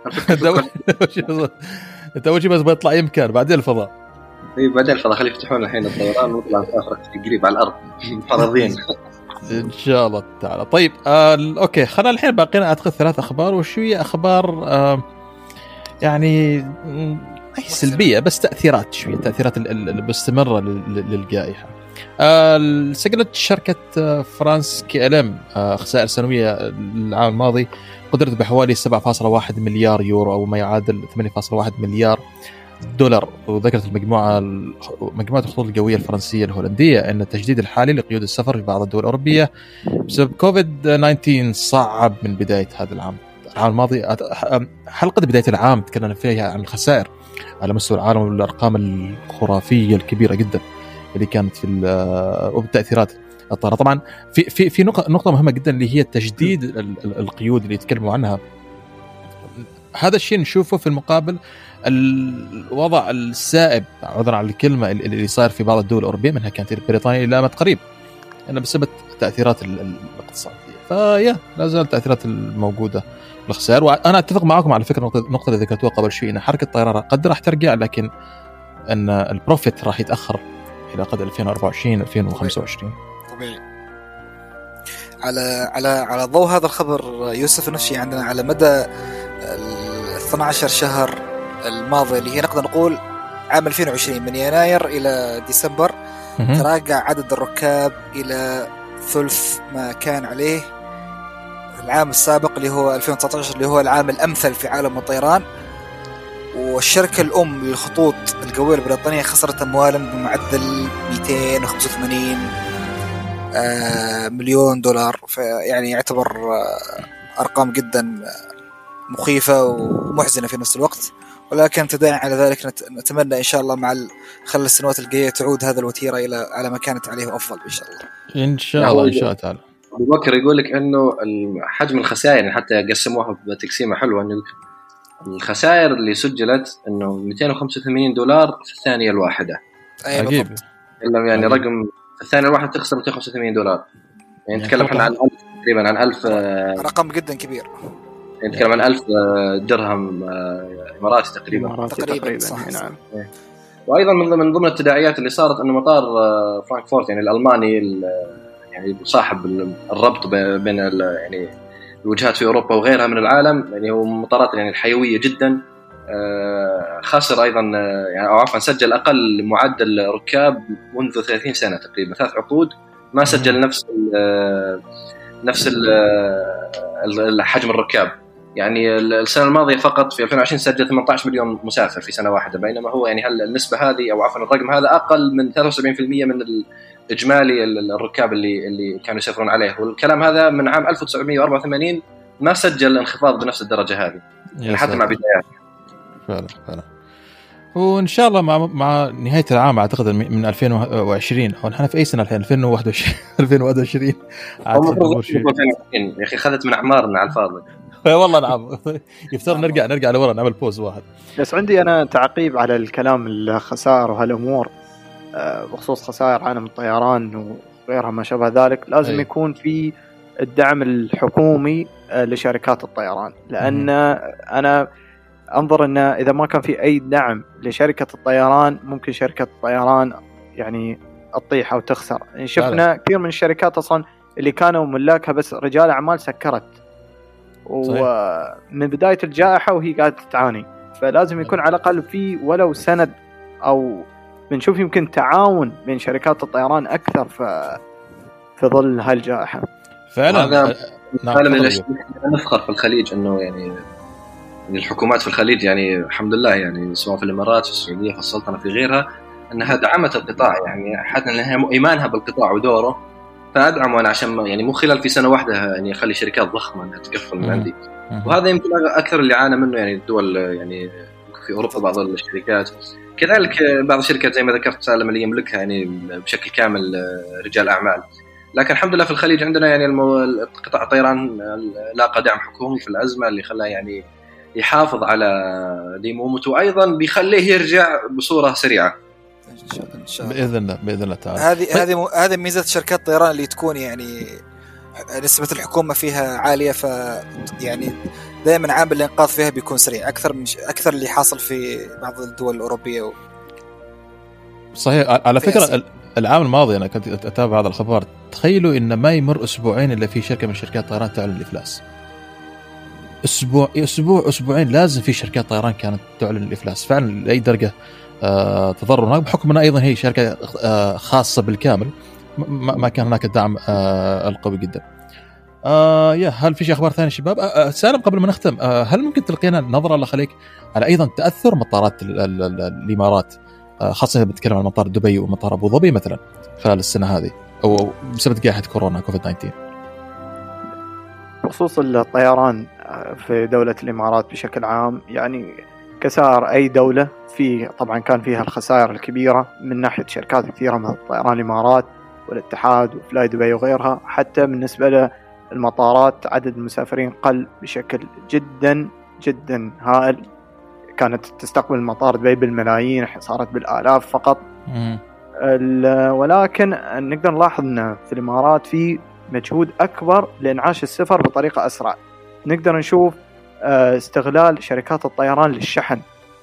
أنت أول شيء بس بيطلع يمكن بعدين الفضاء. اي بعدين الفضاء خلي يفتحون الحين الطيران ونطلع نسافر قريب على الارض فرضين ان شاء الله تعالى. طيب آه، اوكي خلينا الحين باقينا اعتقد ثلاث اخبار وشويه اخبار آه، يعني اي سلبيه بس تاثيرات شويه تاثيرات المستمره للجائحه. آه، سجلت شركه فرانس كي ال ام آه، خسائر سنويه العام الماضي قدرت بحوالي سبعة فاصلة واحد مليار يورو او ما يعادل ثمانية فاصلة واحد مليار دولار. وذكرت المجموعة مجموعة الخطوط الجوية الفرنسية الهولندية أن التجديد الحالي لقيود السفر في بعض الدول الأوروبية بسبب كوفيد تسعة عشر صعب من بداية هذا العام. العام الماضي حلقة بداية العام تكلمنا فيها عن الخسائر على مستوى العالم والأرقام الخرافية الكبيرة جدا اللي كانت في وبالتأثيرات الطائرة. طبعا في في في نقطة مهمة جدا اللي هي تجديد القيود اللي يتكلموا عنها. هذا الشيء نشوفه في المقابل الوضع السائب عذرا على الكلمة اللي صار في بعض الدول الأوروبية منها كانت بريطانيا إلى مدى قريب أنه بسبب التأثيرات الاقتصادية. فيا لا زال التأثيرات الموجودة الخسائر. وأنا أتفق معكم على فكرة نقطة نقطة اللي ذكرتوها قبل شوي أن حركة الطيران قد راح ترجع، لكن أن البروفيت راح يتأخر إلى قد ألفين وأربعة وعشرين ألفين وخمسة وعشرين. طبيعي. على على على ضوء هذا الخبر يوسف نفسي عندنا على مدى اثنا عشر شهر الماضي اللي هي نقدر نقول عام ألفين وعشرين من يناير إلى ديسمبر تراجع عدد الركاب إلى ثلث ما كان عليه العام السابق اللي هو ألفين وتسعة عشر اللي هو العام الأمثل في عالم الطيران. والشركة الأم للخطوط الجوية البريطانية خسرت أموالا بمعدل مئتين وخمسة وثمانين مليون دولار. فيعني يعتبر أرقام جدا مخيفة ومحزنة في نفس الوقت، ولكن تداعي على ذلك نتمنى إن شاء الله مع خلال السنوات الجاية تعود هذا الوتيرة إلى على ما كانت عليه أفضل إن شاء الله. إن شاء الله إن شاء الله تعالى. أبو بكر يقول لك إنه حجم الخسائر حتى قسموها بتقسيمة حلوة، إنه الخسائر اللي سجلت إنه مئتين وخمسة وثمانين دولار في الثانية الواحدة. عجيب. يعني رقم في الثانية الواحدة تخسر مئتين وخمسة وثمانين دولار. يعني نتكلم عن ألف تقريبا عن ألف رقم جدا كبير. نتكلم عن ألف درهم إماراتي تقريبا. تقريبا صح. نعم. وأيضا من ضمن ضمن التداعيات اللي صارت إنه مطار فرانكفورت يعني الألماني يعني صاحب الربط بين يعني الوجهات في أوروبا وغيرها من العالم، يعني هو مطارات يعني الحيوية جدا، خسر أيضا يعني أو عفوا سجل أقل معدل ركاب منذ ثلاثين سنة تقريبا، ثلاث عقود ما سجل نفس ال نفس ال حجم الركاب. يعني السنة الماضية فقط في ألفين وعشرين سجل ثمانية عشر مليون مسافر في سنة واحدة، بينما هو يعني هل النسبة هذه أو عفوا الرقم هذا أقل من ثلاثة وسبعين بالمئة من الإجمالي الركاب اللي اللي كانوا يسافرون عليه. والكلام هذا من عام ألف وتسعمئة وأربعة وثمانين ما سجل انخفاض بنفس الدرجة هذه يعني حتى مع بدايات. فعلا فعلا. وان شاء الله مع مع نهايه العام اعتقد من ألفين وعشرين او نحن في اي سنه الحين ألفين وواحد وعشرين ألفين وواحد وعشرين اعتقد يا اخي خذت من اعمارنا على الفاضي. والله نعم يفترض نرجع نرجع لورا نعمل بوز واحد. بس عندي انا تعقيب على الكلام الخسائر وهالامور بخصوص خسائر عالم الطيران وغيرها ما شابه ذلك. لازم أي. يكون في الدعم الحكومي لشركات الطيران، لان م- انا انظر ان اذا ما كان في اي دعم لشركه الطيران ممكن شركه الطيران يعني تطيح او تخسر. يعني شفنا كثير من الشركات اصلا اللي كانوا ملاكها بس رجال اعمال سكرت، ومن بدايه الجائحه وهي قاعده تعاني. فلازم يكون على الاقل في ولو سند او بنشوف يمكن تعاون بين شركات الطيران اكثر في في ظل هالجائحه. فعلا هذا نعم من الاشياء نفخر في الخليج انه يعني الحكومات في الخليج يعني الحمد لله يعني سواء في الامارات في السعوديه في السلطنه في غيرها انها دعمت القطاع، يعني حتى انها ايمانها بالقطاع ودوره فادعم. وانا عشان يعني مو خلال في سنه واحده يعني اخلي شركات ضخمه انها تقفل من عندي، وهذا يمكن اكثر اللي عانى منه يعني الدول يعني في اوروبا بعض الشركات كذلك بعض الشركات زي ما ذكرت سالم اللي يملكها يعني بشكل كامل رجال اعمال. لكن الحمد لله في الخليج عندنا يعني المو... قطاع الطيران لاقى دعم حكومي في الازمه اللي خلاه يعني يحافظ على ديمومته، وايضا بيخليه يرجع بصوره سريعه إن شاء الله. باذن الله باذن الله تعالى. هذه هذه هذه ميزه شركات الطيران اللي تكون يعني نسبه الحكومه فيها عاليه، ف يعني دائما عامل الانقاذ فيها بيكون سريع اكثر من اكثر اللي حاصل في بعض الدول الاوروبيه و... صحيح. على فكره العام الماضي انا كنت اتابع هذا الخبر، تخيلوا ان ما يمر اسبوعين الا في شركه من شركات الطيران تعلن الافلاس. اسبوع اسبوع اسبوعين لازم في شركات طيران كانت تعلن الافلاس فعلا لاي درجه آه تضرر هناك، بحكم انها ايضا هي شركه آه خاصه بالكامل ما كان هناك الدعم آه القوي جدا. آه يا هل في شيء اخبار ثانيه شباب؟ آه سالم قبل ما نختم، آه هل ممكن تلقينا نظره الله خليك على ايضا تاثر مطارات ال ال ال الامارات، آه خاصه بنتكلم عن مطار دبي ومطار ابو ظبي مثلا خلال السنه هذه او بسبب جائحه كورونا كوفيد تسعة عشر؟ بخصوص الطيران في دولة الإمارات بشكل عام، يعني كسائر أي دولة في طبعا كان فيها الخسائر الكبيرة من ناحية شركات كثيرة من طيران الإمارات والاتحاد وفلاي دبي وغيرها. حتى بالنسبة للمطارات عدد المسافرين قل بشكل جدا جدا هائل، كانت تستقبل مطار دبي بالملايين صارت بالآلاف فقط. ولكن نقدر نلاحظ أن في الإمارات في مجهود أكبر لإنعاش السفر بطريقة أسرع. نقدر نشوف استغلال شركات الطيران للشحن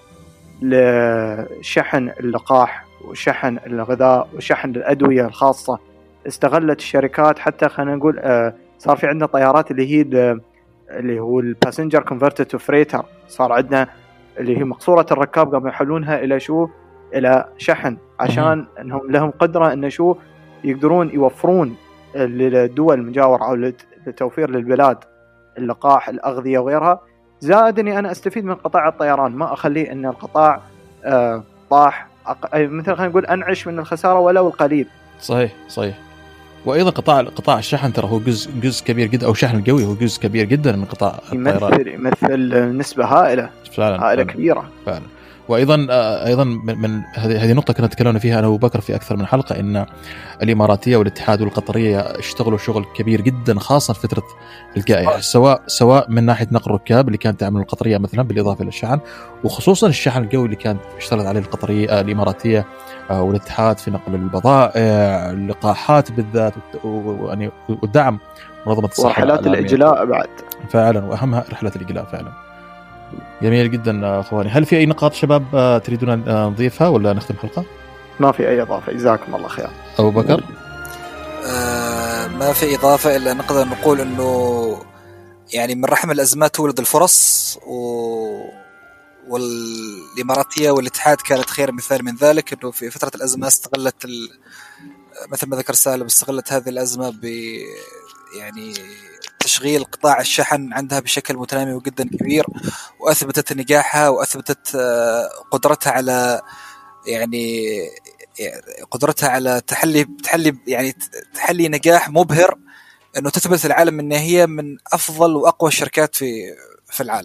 لشحن اللقاح وشحن الغذاء وشحن الأدوية الخاصة. استغلت الشركات حتى خلينا نقول صار في عندنا طيارات اللي هي اللي هو الباسنجر كونفرتد تو فريتر، صار عندنا اللي هي مقصورة الركاب قاموا يحولونها إلى شو إلى شحن عشان أنهم لهم قدرة أن شو يقدرون يوفرون للدول المجاورة أو للتوفير للبلاد اللقاح الأغذية وغيرها. زائد أني أنا أستفيد من قطاع الطيران، ما أخليه أن القطاع آه طاح أق... مثل خلينا نقول أنعش من الخسارة ولو القليل. صحيح صحيح. وأيضا قطاع قطاع الشحن ترى هو جزء جزء كبير جدا، أو شحن الجوي هو جزء كبير جدا من قطاع الطيران. يمثل يمثل نسبة هائلة فعلا هائلة فعلا كبيرة فعلا. وايضا ايضا من هذه هذه نقطه كنا تكلمنا فيها انا وبكر في اكثر من حلقه، ان الاماراتيه والاتحاد والقطريه اشتغلوا شغل كبير جدا خاصه في فتره الجائحه، سواء سواء من ناحيه نقل الركاب اللي كانت تعمل القطريه مثلا بالاضافه الى الشحن، وخصوصا الشحن الجوي اللي كانت اشتغلت عليه القطريه الاماراتيه والاتحاد في نقل البضائع اللقاحات بالذات يعني والدعم منظمه الصحه ورحلات الاجلاء بعد فعلا، واهمها رحلات الاجلاء فعلا. جميل جدا اخواني. هل في اي نقاط شباب تريدون نضيفها ولا نختم حلقه؟ ما في اي اضافه، جزاكم الله خير. ابو بكر؟ آه ما في اضافه الا نقدر نقول انه يعني من رحم الازمات تولد الفرص، و والاماراتيه والاتحاد كانت خير مثال من ذلك، انه في فتره الازمه استغلت ال... مثل ما ذكر سالم استغلت هذه الازمه ب يعني تشغيل قطاع الشحن عندها بشكل متنامي وجدا كبير، وأثبتت نجاحها وأثبتت قدرتها على يعني قدرتها على تحلي تحلي يعني تحلي نجاح مبهر، إنه تثبت العالم إن هي من أفضل وأقوى الشركات في في العالم.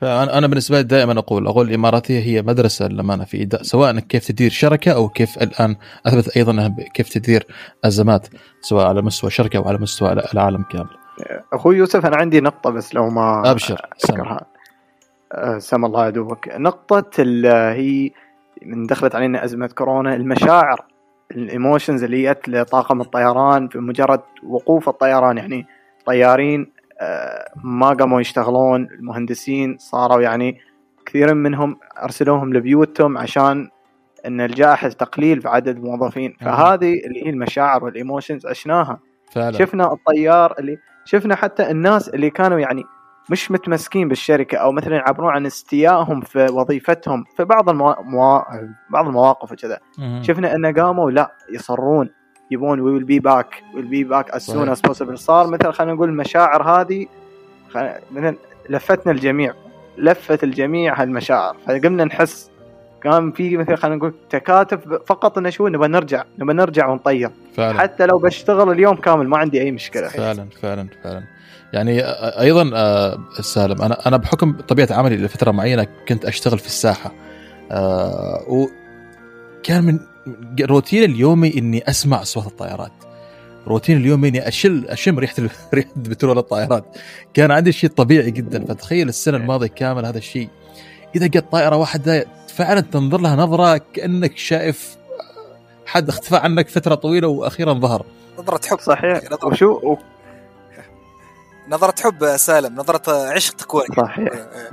فأنا أنا بالنسبة لي دائما أقول أقول الإماراتية هي مدرسة للأمانة في إداء، سواء كيف تدير شركة أو كيف الآن أثبت أيضا أنها كيف تدير أزمات، سواء على مستوى شركة أو على مستوى العالم كامل. أخوي يوسف أنا عندي نقطة بس لو ما أبشر أذكرها. سم الله يدوبك. نقطة اللي هي من دخلت علينا أزمة كورونا، المشاعر الإيموشنز اللي جت لطاقم الطيران في مجرد وقوف الطيران. يعني طيارين ما قاموا يشتغلون، المهندسين صاروا يعني كثير منهم أرسلوهم لبيوتهم عشان أن الجائحة تقليل في عدد الموظفين. فهذه اللي هي المشاعر والإيموشنز عشناها فعلا. شفنا الطيار اللي شفنا حتى الناس اللي كانوا يعني مش متمسكين بالشركة أو مثلا يعبرون عن استيائهم في وظيفتهم في بعض الموا... موا... بعض المواقف وكذا، شفنا أن قاموا لا يصرون يبون we will be back we'll be back as soon as possible. صار مثل خلينا نقول المشاعر هذه خل... مثلا لفتنا الجميع، لفت الجميع هالمشاعر، فقمنا نحس كان في مثل خلينا نقول تكاتف فقط إن شو نبى نرجع نبى نرجع ونطير فعلا. حتى لو بشتغل اليوم كامل ما عندي أي مشكلة فعلا فعلا فعلا. يعني ايضا سالم، انا انا بحكم طبيعه عملي لفتره معينه كنت اشتغل في الساحه، وكان من روتين اليومي اني اسمع اصوات الطائرات، روتين اليومي اني اشل اشم ريحه ريحه بترول الطائرات، كان عندي شيء طبيعي جدا. فتخيل السنه الماضيه كامل هذا الشيء، اذا جت طائره واحده فعلا تنظر لها نظره كانك شايف حد اختفى عنك فتره طويله واخيرا ظهر. نظره حب صحيح. وشو نظرة حب سالم، نظرة عشق تكوين. صحيح.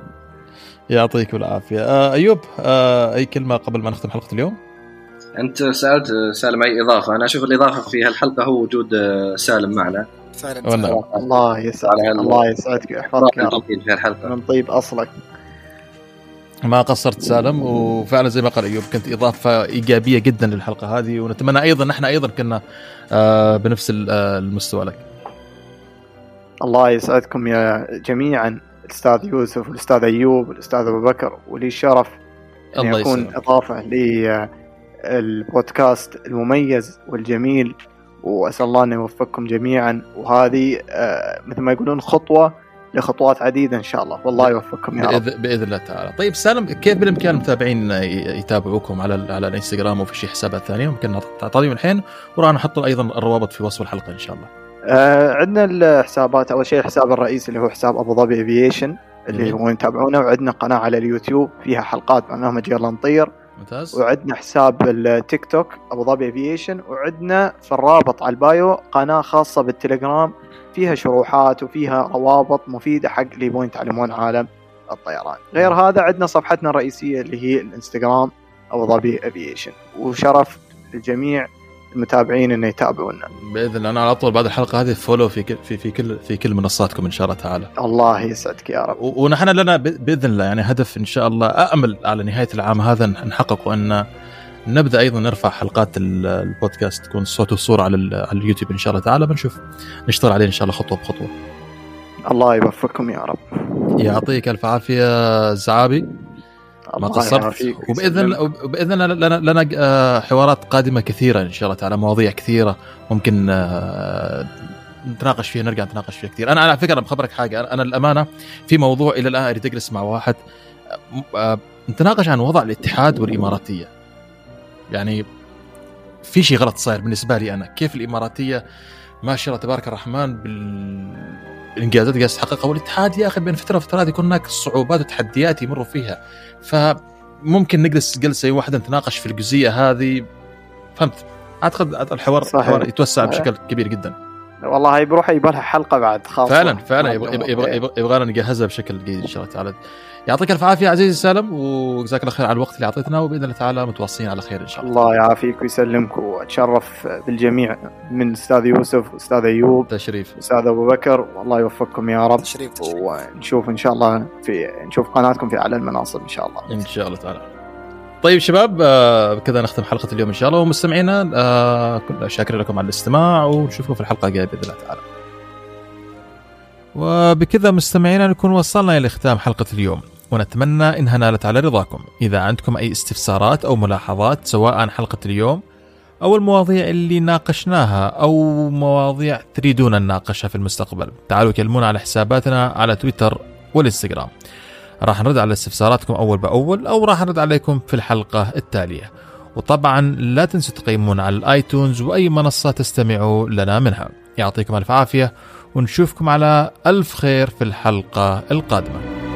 يعطيك العافية. آه أيوب، آه أي كلمة قبل ما نختم حلقة اليوم؟ أنت سألت سالم أي إضافة، أنا أشوف الإضافة في هالحلقة هو وجود سالم معنا فعلا. الله يسعدك الله يسعدك ويحفظك يا رب في هالحلقة من طيب أصلك. ما قصرت سالم، وفعلا زي ما قال أيوب كنت إضافة إيجابية جدا للحلقة هذه، ونتمنى أيضا نحن أيضا كنا آه بنفس المستوى لك. الله يسعدكم يا جميعا، الأستاذ يوسف والأستاذ أيوب والأستاذ أبو بكر، ولي شرف أن يكون يسلم. إضافة للبودكاست المميز والجميل، وأسأل الله أن يوفقكم جميعا، وهذه مثل ما يقولون خطوة لخطوات عديدة إن شاء الله، والله يوفقكم يا رب بإذن الله تعالى. طيب سالم، كيف بالإمكان المتابعين يتابعوكم على على الإنستغرام وفي شي حسابات ثانية ممكن تعطيهم الحين، ورانا نحط أيضا الروابط في وصف الحلقة إن شاء الله. آه عندنا الحسابات، أول شيء الحساب الرئيسي اللي هو حساب أبو ظبي أفييشن اللي هو يتابعونه، وعندنا قناة على اليوتيوب فيها حلقات برنامج يلا نطير. ممتاز. وعندنا حساب التيك توك أبو ظبي أفييشن، وعندنا في الرابط على البايو قناة خاصة بالتليجرام فيها شروحات وفيها روابط مفيدة حق اللي يبون يتعلمون عالم الطيران. غير هذا عندنا صفحتنا الرئيسية اللي هي الانستغرام أبو ظبي أفييشن، وشرف للجميع المتابعين انه يتابعونا باذن الله. انا على طول بعد الحلقه هذه فولو في كل في في كل في كل منصاتكم ان شاء الله تعالى. الله يسعدك يا رب. ونحن لنا باذن الله يعني هدف ان شاء الله امل على نهايه العام هذا نحقق، ان نبدا ايضا نرفع حلقات البودكاست تكون صوت وصوره على على اليوتيوب ان شاء الله تعالى. بنشوف نشتغل عليه ان شاء الله خطوه بخطوه. الله يوفقكم يا رب. يعطيك الف عافيه زعابي، ما قصرت. وباذن وباذن لنا لنا حوارات قادمه كثيره ان شاء الله تعالى، مواضيع كثيره ممكن نتناقش فيها، نرجع نتناقش فيها كثير. انا على فكره بخبرك حاجه، انا الامانه في موضوع الى الان اريد اجلس مع واحد نتناقش عن وضع الاتحاد والاماراتيه. يعني في شيء غلط صاير بالنسبه لي انا، كيف الاماراتيه ما شاء الله تبارك الرحمن بالانجازات اللي تحققها، والاتحاد يا اخي بين فتره وفترات يكون هناك صعوبات وتحديات يمروا فيها، فممكن نجلس جلسه واحده نتناقش في الجزئيه هذه. فهمت؟ اعتقد الحوار الحوار يتوسع صحيح. بشكل كبير جدا والله. هي بروح يبغى لها حلقه بعد خاصه فعلا فعلا يبغى يبغى يبغى نجهزها بشكل جيد ان شاء الله تعالى. يعطيك الف عافيه عزيزي سالم، وجزاك الله خير على الوقت اللي اعطيتنا، وباذن الله تعالى متواصلين على خير ان شاء الله. الله يعافيك ويسلمك، واتشرف بالجميع من استاذ يوسف واستاذ ايوب تشريف استاذ ابو بكر، والله يوفقكم يا رب. تشريف. ونشوف ان شاء الله في نشوف قناتكم في اعلى المناصب ان شاء الله ان شاء الله تعالى. طيب شباب، آه كذا نختم حلقه اليوم ان شاء الله، ومستمعينا آه كنا شاكرين لكم على الاستماع، ونشوفكم في الحلقه الجايه باذن الله تعالى. وبكذا مستمعينا نكون وصلنا الى ختام حلقه اليوم، ونتمنى إنها نالت على رضاكم. إذا عندكم أي استفسارات أو ملاحظات سواء عن حلقة اليوم أو المواضيع اللي ناقشناها أو مواضيع تريدون نناقشها في المستقبل، تعالوا كلمونا على حساباتنا على تويتر والإنستغرام. راح نرد على استفساراتكم أول بأول، أو راح نرد عليكم في الحلقة التالية. وطبعا لا تنسوا تقيمون على الآيتونز وأي منصة تستمعوا لنا منها. يعطيكم ألف عافية، ونشوفكم على ألف خير في الحلقة القادمة.